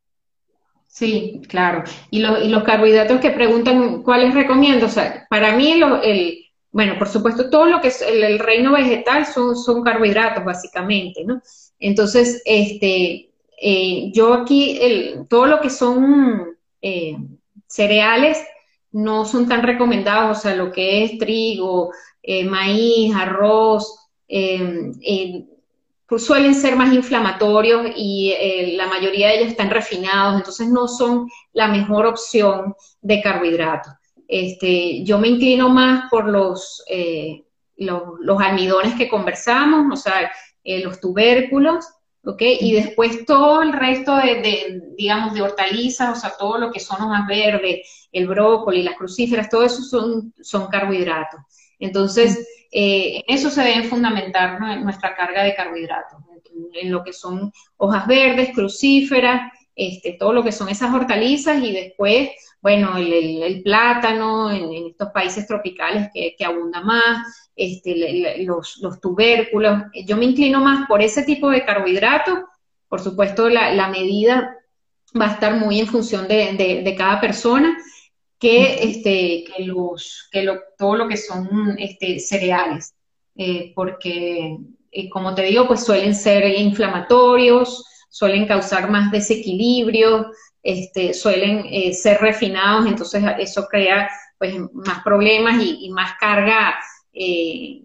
Sí, claro. Y, lo, y los carbohidratos que preguntan, ¿cuáles recomiendo? O sea, para mí, lo, el, bueno, por supuesto, todo lo que es el, el reino vegetal son, son carbohidratos, básicamente, ¿no? Entonces, este, eh, yo aquí, el, todo lo que son eh, cereales no son tan recomendados, o sea, lo que es trigo, eh, maíz, arroz, eh, eh, pues suelen ser más inflamatorios y eh, la mayoría de ellos están refinados, entonces no son la mejor opción de carbohidratos. Este, yo me inclino más por los, eh, los, los almidones que conversamos, o sea, eh, los tubérculos, ¿ok? Y después todo el resto de, de, digamos, de hortalizas, o sea, todo lo que son hojas verdes, el brócoli, las crucíferas, todo eso son, son carbohidratos. Entonces, eh, en eso se debe fundamentar, ¿no?, nuestra carga de carbohidratos, en, en lo que son hojas verdes, crucíferas, este, todo lo que son esas hortalizas y después, bueno, el, el, el plátano en, en estos países tropicales que, que abunda más, este, le, los, los tubérculos. Yo me inclino más por ese tipo de carbohidratos. Por supuesto, la, la medida va a estar muy en función de, de, de cada persona, que, este, que, los, que lo, todo lo que son este, cereales, eh, porque, eh, como te digo, pues suelen ser inflamatorios, suelen causar más desequilibrio, este, suelen eh, ser refinados, entonces eso crea pues más problemas y, y más carga eh,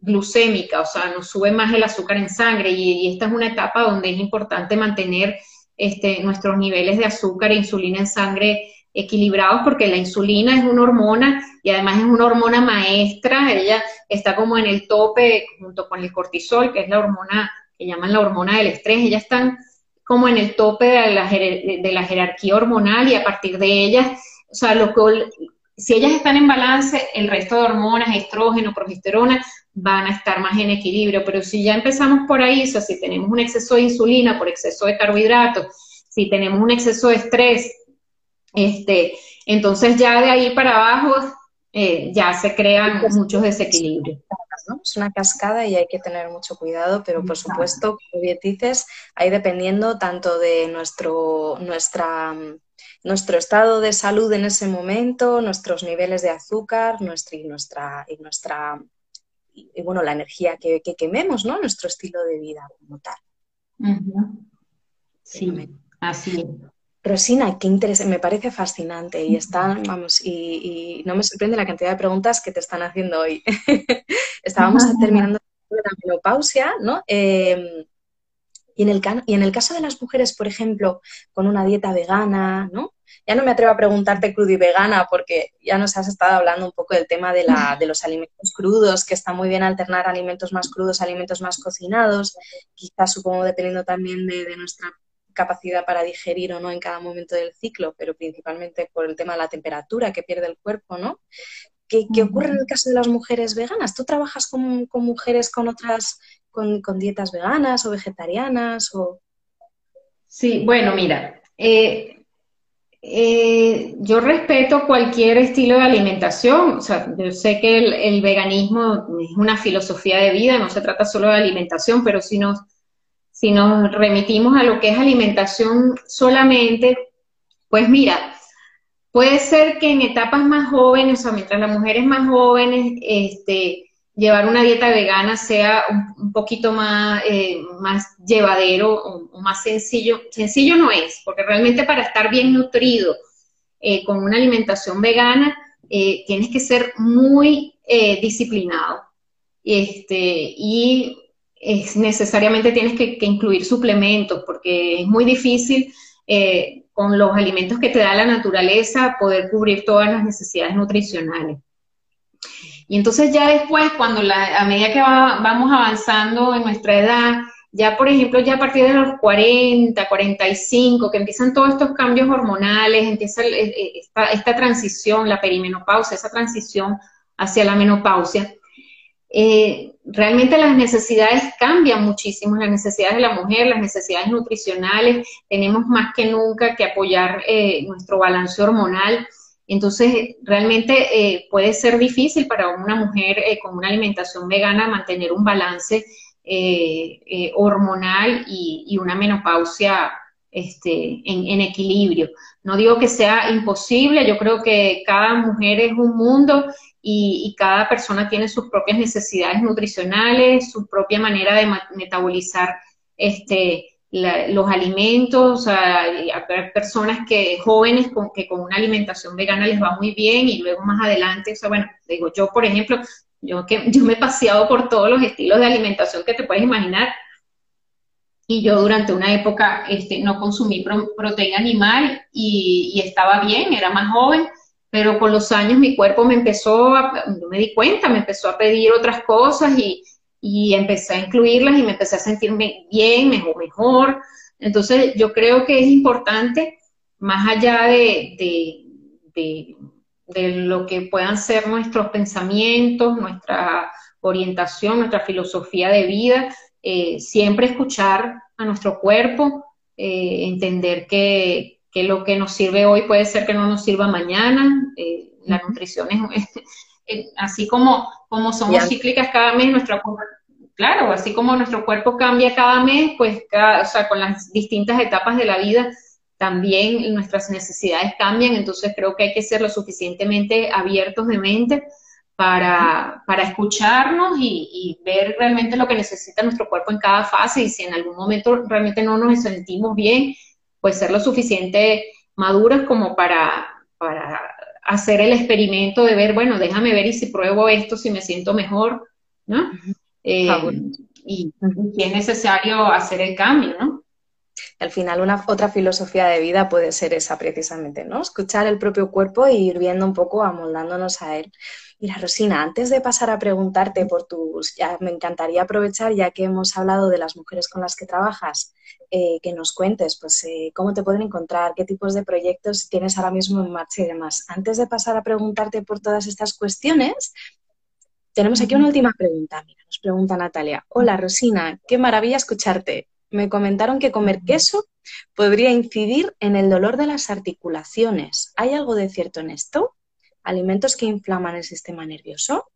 glucémica, o sea, nos sube más el azúcar en sangre y, y esta es una etapa donde es importante mantener este, nuestros niveles de azúcar e insulina en sangre equilibrados, porque la insulina es una hormona y además es una hormona maestra. Ella está como en el tope junto con el cortisol, que es la hormona que llaman la hormona del estrés. Ellas están como en el tope de la, de la jerarquía hormonal, y a partir de ellas, o sea, lo que, si ellas están en balance, el resto de hormonas, estrógeno, progesterona, van a estar más en equilibrio. Pero si ya empezamos por ahí, o sea, si tenemos un exceso de insulina por exceso de carbohidratos, si tenemos un exceso de estrés, este, entonces ya de ahí para abajo eh, ya se crean muchos desequilibrios, ¿no? Es una cascada y hay que tener mucho cuidado, pero por supuesto, como bien dices, ahí dependiendo tanto de nuestro, nuestra, nuestro estado de salud en ese momento, nuestros niveles de azúcar, nuestra, y nuestra, y nuestra y, y bueno, la energía que, que quememos, ¿no? Nuestro estilo de vida como tal. Uh-huh. Sí, así es. Rosina, qué interesante, me parece fascinante y está, vamos, y, y no me sorprende la cantidad de preguntas que te están haciendo hoy. Estábamos terminando la menopausia, ¿no? Eh, y, en el, y en el caso de las mujeres, por ejemplo, con una dieta vegana, ¿no? Ya no me atrevo a preguntarte crudo y vegana porque ya nos has estado hablando un poco del tema de, la, de los alimentos crudos, que está muy bien alternar alimentos más crudos a alimentos más cocinados, quizás supongo dependiendo también de, de nuestra capacidad para digerir o no en cada momento del ciclo, pero principalmente por el tema de la temperatura que pierde el cuerpo, ¿no? ¿Qué, qué ocurre en el caso de las mujeres veganas? ¿Tú trabajas con, con mujeres con otras, con, con dietas veganas o vegetarianas? O... Sí, bueno, mira, eh, eh, yo respeto cualquier estilo de alimentación. O sea, yo sé que el, el veganismo es una filosofía de vida, no se trata solo de alimentación, pero si nos Si nos remitimos a lo que es alimentación solamente, pues mira, puede ser que en etapas más jóvenes, o sea, mientras las mujeres más jóvenes, este, llevar una dieta vegana sea un, un poquito más, eh, más llevadero o, o más sencillo. Sencillo no es, porque realmente para estar bien nutrido eh, con una alimentación vegana, eh, tienes que ser muy eh, disciplinado. Este, y es, necesariamente tienes que, que incluir suplementos, porque es muy difícil eh, con los alimentos que te da la naturaleza poder cubrir todas las necesidades nutricionales. Y entonces ya después, cuando la, a medida que va, vamos avanzando en nuestra edad, ya por ejemplo, ya a partir de los cuarenta, cuarenta y cinco, que empiezan todos estos cambios hormonales, empieza esta, esta transición, la perimenopausia, esa transición hacia la menopausia, Eh, realmente las necesidades cambian muchísimo, las necesidades de la mujer, las necesidades nutricionales, tenemos más que nunca que apoyar eh, nuestro balance hormonal. Entonces realmente eh, puede ser difícil para una mujer eh, con una alimentación vegana mantener un balance eh, eh, hormonal y, y una menopausia este, en, en equilibrio. No digo que sea imposible, yo creo que cada mujer es un mundo y, y cada persona tiene sus propias necesidades nutricionales, su propia manera de metabolizar este, la, los alimentos. O sea, hay personas que jóvenes con, que con una alimentación vegana les va muy bien y luego más adelante, o sea, bueno, digo, yo por ejemplo, yo, que, yo me he paseado por todos los estilos de alimentación que te puedes imaginar. Y yo durante una época este, no consumí pro, proteína animal y, y estaba bien, era más joven, pero con los años mi cuerpo me empezó, a, yo me di cuenta, me empezó a pedir otras cosas y, y empecé a incluirlas y me empecé a sentirme bien, mejor, mejor. Entonces yo creo que es importante, más allá de, de, de, de lo que puedan ser nuestros pensamientos, nuestra orientación, nuestra filosofía de vida, Eh, siempre escuchar a nuestro cuerpo, eh, entender que, que lo que nos sirve hoy puede ser que no nos sirva mañana. Eh, la nutrición es, es así como, como somos yeah. cíclicas cada mes, nuestra, claro, así como nuestro cuerpo cambia cada mes, pues cada, o sea, con las distintas etapas de la vida también nuestras necesidades cambian. Entonces creo que hay que ser lo suficientemente abiertos de mente Para, para escucharnos y, y ver realmente lo que necesita nuestro cuerpo en cada fase, y si en algún momento realmente no nos sentimos bien, pues ser lo suficiente maduras como para, para hacer el experimento de ver, bueno, déjame ver y si pruebo esto, si me siento mejor, ¿no? Eh, y, y si es necesario hacer el cambio, ¿no? Al final, una otra filosofía de vida puede ser esa precisamente, ¿no? Escuchar el propio cuerpo e ir viendo un poco, amoldándonos a él. Mira, Rosina, antes de pasar a preguntarte por tus... Ya me encantaría aprovechar, ya que hemos hablado de las mujeres con las que trabajas, eh, que nos cuentes, pues, eh, cómo te pueden encontrar, qué tipos de proyectos tienes ahora mismo en marcha y demás. Antes de pasar a preguntarte por todas estas cuestiones, tenemos aquí una última pregunta. Mira, nos pregunta Natalia. Hola, Rosina, qué maravilla escucharte. Me comentaron que comer queso podría incidir en el dolor de las articulaciones. ¿Hay algo de cierto en esto? ¿Alimentos que inflaman el sistema nervioso?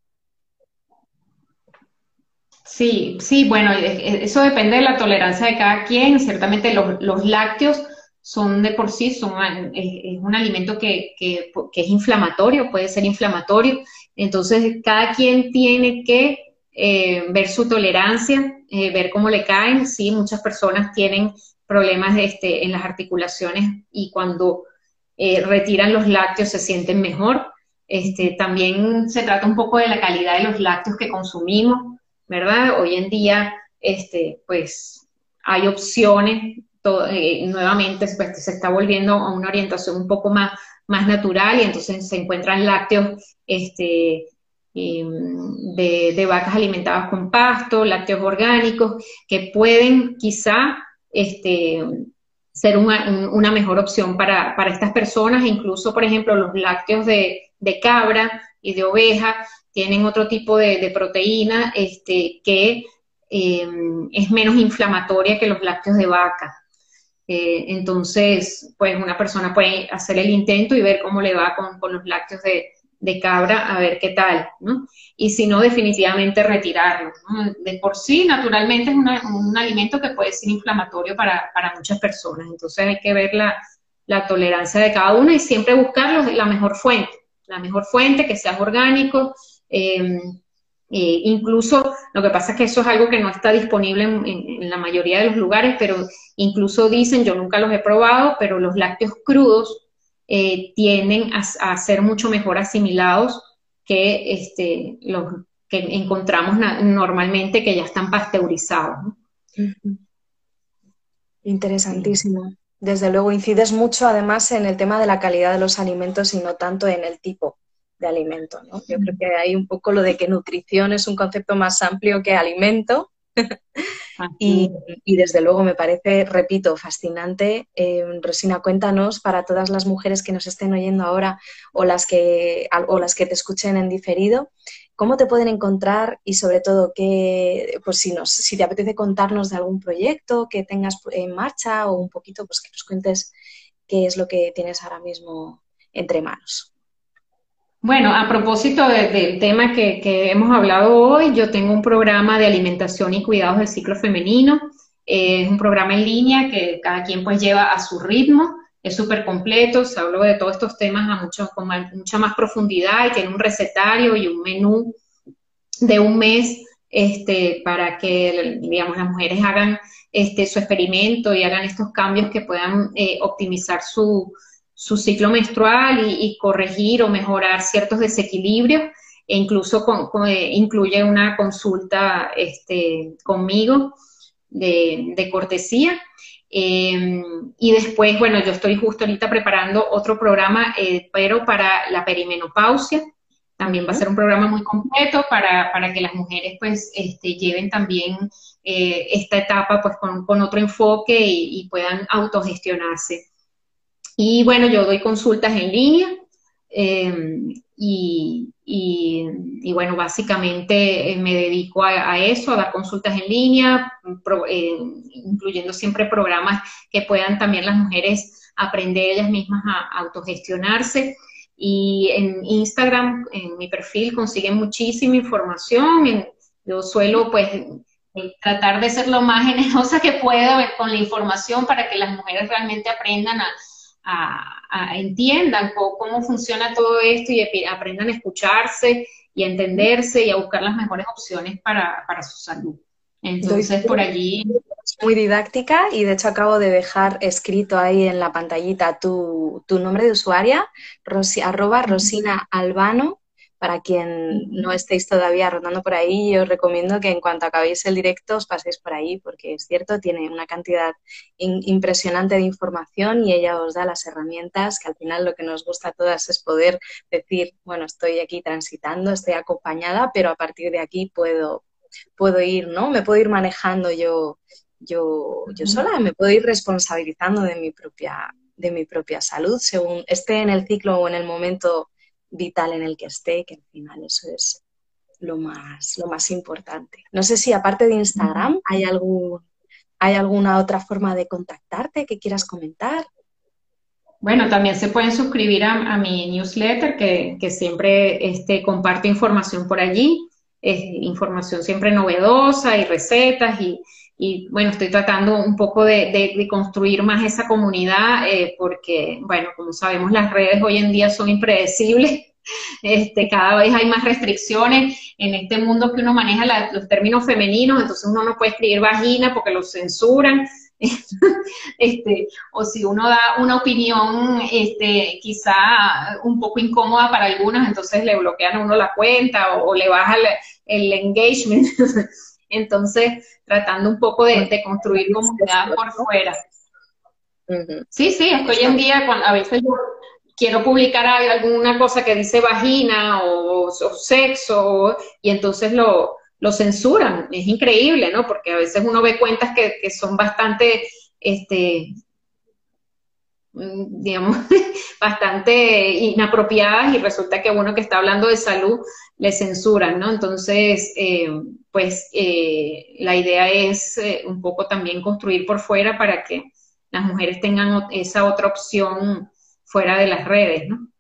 Sí, sí, bueno, e- e- eso depende de la tolerancia de cada quien. Ciertamente los, los lácteos son de por sí, son, a- es, es un alimento que, que, que es inflamatorio, puede ser inflamatorio. Entonces, cada quien tiene que eh, ver su tolerancia, eh, ver cómo le caen. Sí, muchas personas tienen problemas este, en las articulaciones y cuando eh, retiran los lácteos se sienten mejor. Este, también se trata un poco de la calidad de los lácteos que consumimos, ¿verdad? Hoy en día, este, pues, hay opciones, to- eh, nuevamente pues, se está volviendo a una orientación un poco más, más natural y entonces se encuentran lácteos este, eh, de, de vacas alimentadas con pasto, lácteos orgánicos, que pueden quizá este, ser una, un- una mejor opción para, para estas personas, e incluso, por ejemplo, los lácteos de, de cabra y de oveja tienen otro tipo de, de proteína este, que eh, es menos inflamatoria que los lácteos de vaca. Eh, entonces, pues una persona puede hacer el intento y ver cómo le va con, con los lácteos de, de cabra, a ver qué tal, ¿no? Y si no, definitivamente retirarlo, ¿no? De por sí, naturalmente, es una, un alimento que puede ser inflamatorio para, para muchas personas. Entonces hay que ver la, la tolerancia de cada una y siempre buscar los, la mejor fuente, la mejor fuente, que sea orgánico. Eh, eh, incluso, lo que pasa es que eso es algo que no está disponible en, en, en la mayoría de los lugares, pero incluso dicen, yo nunca los he probado, pero los lácteos crudos eh, tienden a, a, ser mucho mejor asimilados que este, los que encontramos normalmente que ya están pasteurizados, ¿no? Uh-huh. Interesantísimo. Desde luego, incides mucho además en el tema de la calidad de los alimentos y no tanto en el tipo de alimento, ¿no? Yo creo que hay un poco lo de que nutrición es un concepto más amplio que alimento. Y, y, desde luego me parece, repito, fascinante. Eh, Rosina, cuéntanos para todas las mujeres que nos estén oyendo ahora o las que, o las que te escuchen en diferido, cómo te pueden encontrar y sobre todo que, pues si, nos, si te apetece contarnos de algún proyecto que tengas en marcha o un poquito, pues que nos cuentes qué es lo que tienes ahora mismo entre manos. Bueno, a propósito de, del tema que, que, hemos hablado hoy, yo tengo un programa de alimentación y cuidados del ciclo femenino. Eh, es un programa en línea que cada quien pues lleva a su ritmo. Es súper completo, se habló de todos estos temas a mucho, con mucha más profundidad y tiene un recetario y un menú de un mes este, para que, digamos, las mujeres hagan este, su experimento y hagan estos cambios que puedan eh, optimizar su su ciclo menstrual y, y, corregir o mejorar ciertos desequilibrios e incluso con, con, eh, incluye una consulta este, conmigo de, de cortesía. Eh, y después, bueno, yo estoy justo ahorita preparando otro programa, eh, pero para la perimenopausia. También va a ser un programa muy completo para, para que las mujeres pues este, lleven también eh, esta etapa pues con, con otro enfoque y, y puedan autogestionarse. Y bueno, yo doy consultas en línea eh, y, y, y, bueno, básicamente eh, me dedico a, a, eso, a dar consultas en línea, pro, eh, incluyendo siempre programas que puedan también las mujeres aprender ellas mismas a, a autogestionarse. Y en Instagram, en mi perfil, consiguen muchísima información. En, yo suelo pues tratar de ser lo más generosa que puedo con la información para que las mujeres realmente aprendan a A, a, entiendan cómo, cómo funciona todo esto y aprendan a escucharse y a entenderse y a buscar las mejores opciones para, para su salud. Entonces, por allí... Es muy didáctica y de hecho acabo de dejar escrito ahí en la pantallita tu, tu nombre de usuaria, Rosi, arroba Rosina Albano, Para quien no estéis todavía rondando por ahí, yo os recomiendo que en cuanto acabéis el directo os paséis por ahí, porque es cierto, tiene una cantidad in- impresionante de información y ella os da las herramientas, que al final lo que nos gusta a todas es poder decir, bueno, estoy aquí transitando, estoy acompañada, pero a partir de aquí puedo, puedo ir, ¿no? Me puedo ir manejando yo, yo, yo sola, me puedo ir responsabilizando de mi propia, de mi propia salud, según esté en el ciclo o en el momento vital en el que esté, que al final eso es lo más, lo más importante. No sé si aparte de Instagram hay algún, hay alguna otra forma de contactarte que quieras comentar. Bueno, también se pueden suscribir a, a mi newsletter que, que siempre este, comparto información por allí, es información siempre novedosa y recetas y, y bueno, estoy tratando un poco de, de, de construir más esa comunidad eh, porque, bueno, como sabemos, las redes hoy en día son impredecibles. Este, cada vez hay más restricciones en este mundo que uno maneja la, los términos femeninos, entonces uno no puede escribir vagina porque lo censuran. Este, o si uno da una opinión este, quizá un poco incómoda para algunos, entonces le bloquean a uno la cuenta o, o le baja el, el engagement. Entonces, tratando un poco de, de construir comunidad por fuera. Uh-huh. Sí, sí, es que hoy en día cuando, a veces yo quiero publicar alguna cosa que dice vagina o, o sexo y entonces lo, lo censuran. Es increíble, ¿no? Porque a veces uno ve cuentas que, que son bastante, este, digamos, bastante inapropiadas y resulta que uno que está hablando de salud le censuran, ¿no? Entonces, eh, pues eh, la idea es eh, un poco también construir por fuera para que las mujeres tengan esa otra opción fuera de las redes, ¿no?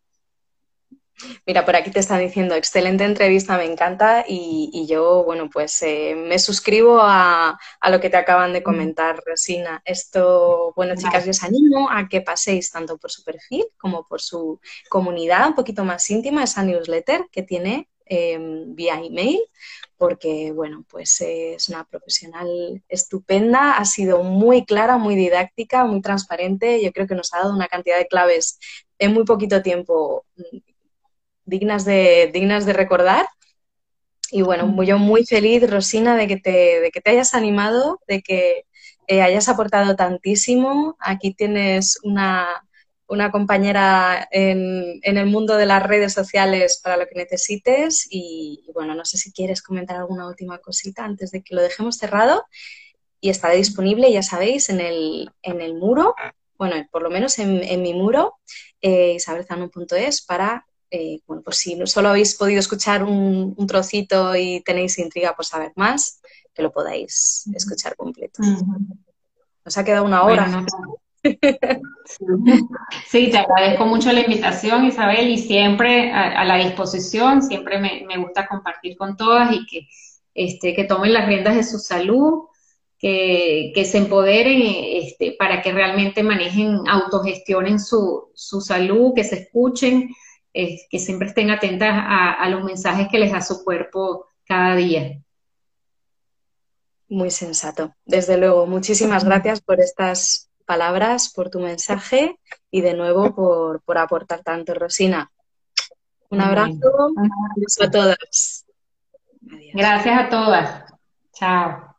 Mira, por aquí te están diciendo, excelente entrevista, me encanta y, y yo, bueno, pues eh, me suscribo a, a lo que te acaban de comentar, Rosina. Esto, bueno, chicas, les animo a que paséis tanto por su perfil como por su comunidad un poquito más íntima, esa newsletter que tiene eh, vía email, porque, bueno, pues eh, es una profesional estupenda, ha sido muy clara, muy didáctica, muy transparente. Yo creo que nos ha dado una cantidad de claves en muy poquito tiempo dignas de, dignas de recordar. Y bueno, yo muy feliz, Rosina, de que te, de que te hayas animado, de que eh, hayas aportado tantísimo. Aquí tienes una, una compañera en, en, el mundo de las redes sociales para lo que necesites. Y, y bueno, no sé si quieres comentar alguna última cosita antes de que lo dejemos cerrado. Y estará disponible, ya sabéis, en el, en el muro, bueno, por lo menos en, en mi muro, eh, isabelzano punto es, para Eh, bueno, pues si solo habéis podido escuchar un, un trocito y tenéis intriga por saber más, que lo podáis escuchar completo. Uh-huh. Nos ha quedado una hora. Bueno, no sí, te agradezco mucho la invitación, Isabel, y siempre a, a la disposición, siempre me, me, gusta compartir con todas y que, este, que tomen las riendas de su salud, que, que se empoderen este, para que realmente manejen, autogestionen su, su salud, que se escuchen, eh, que siempre estén atentas a, a los mensajes que les da su cuerpo cada día. Muy sensato. Desde luego, muchísimas gracias por estas palabras, por tu mensaje y de nuevo por, por aportar tanto, Rosina. Un abrazo, un beso a todas. Adiós. Gracias a todas. Chao.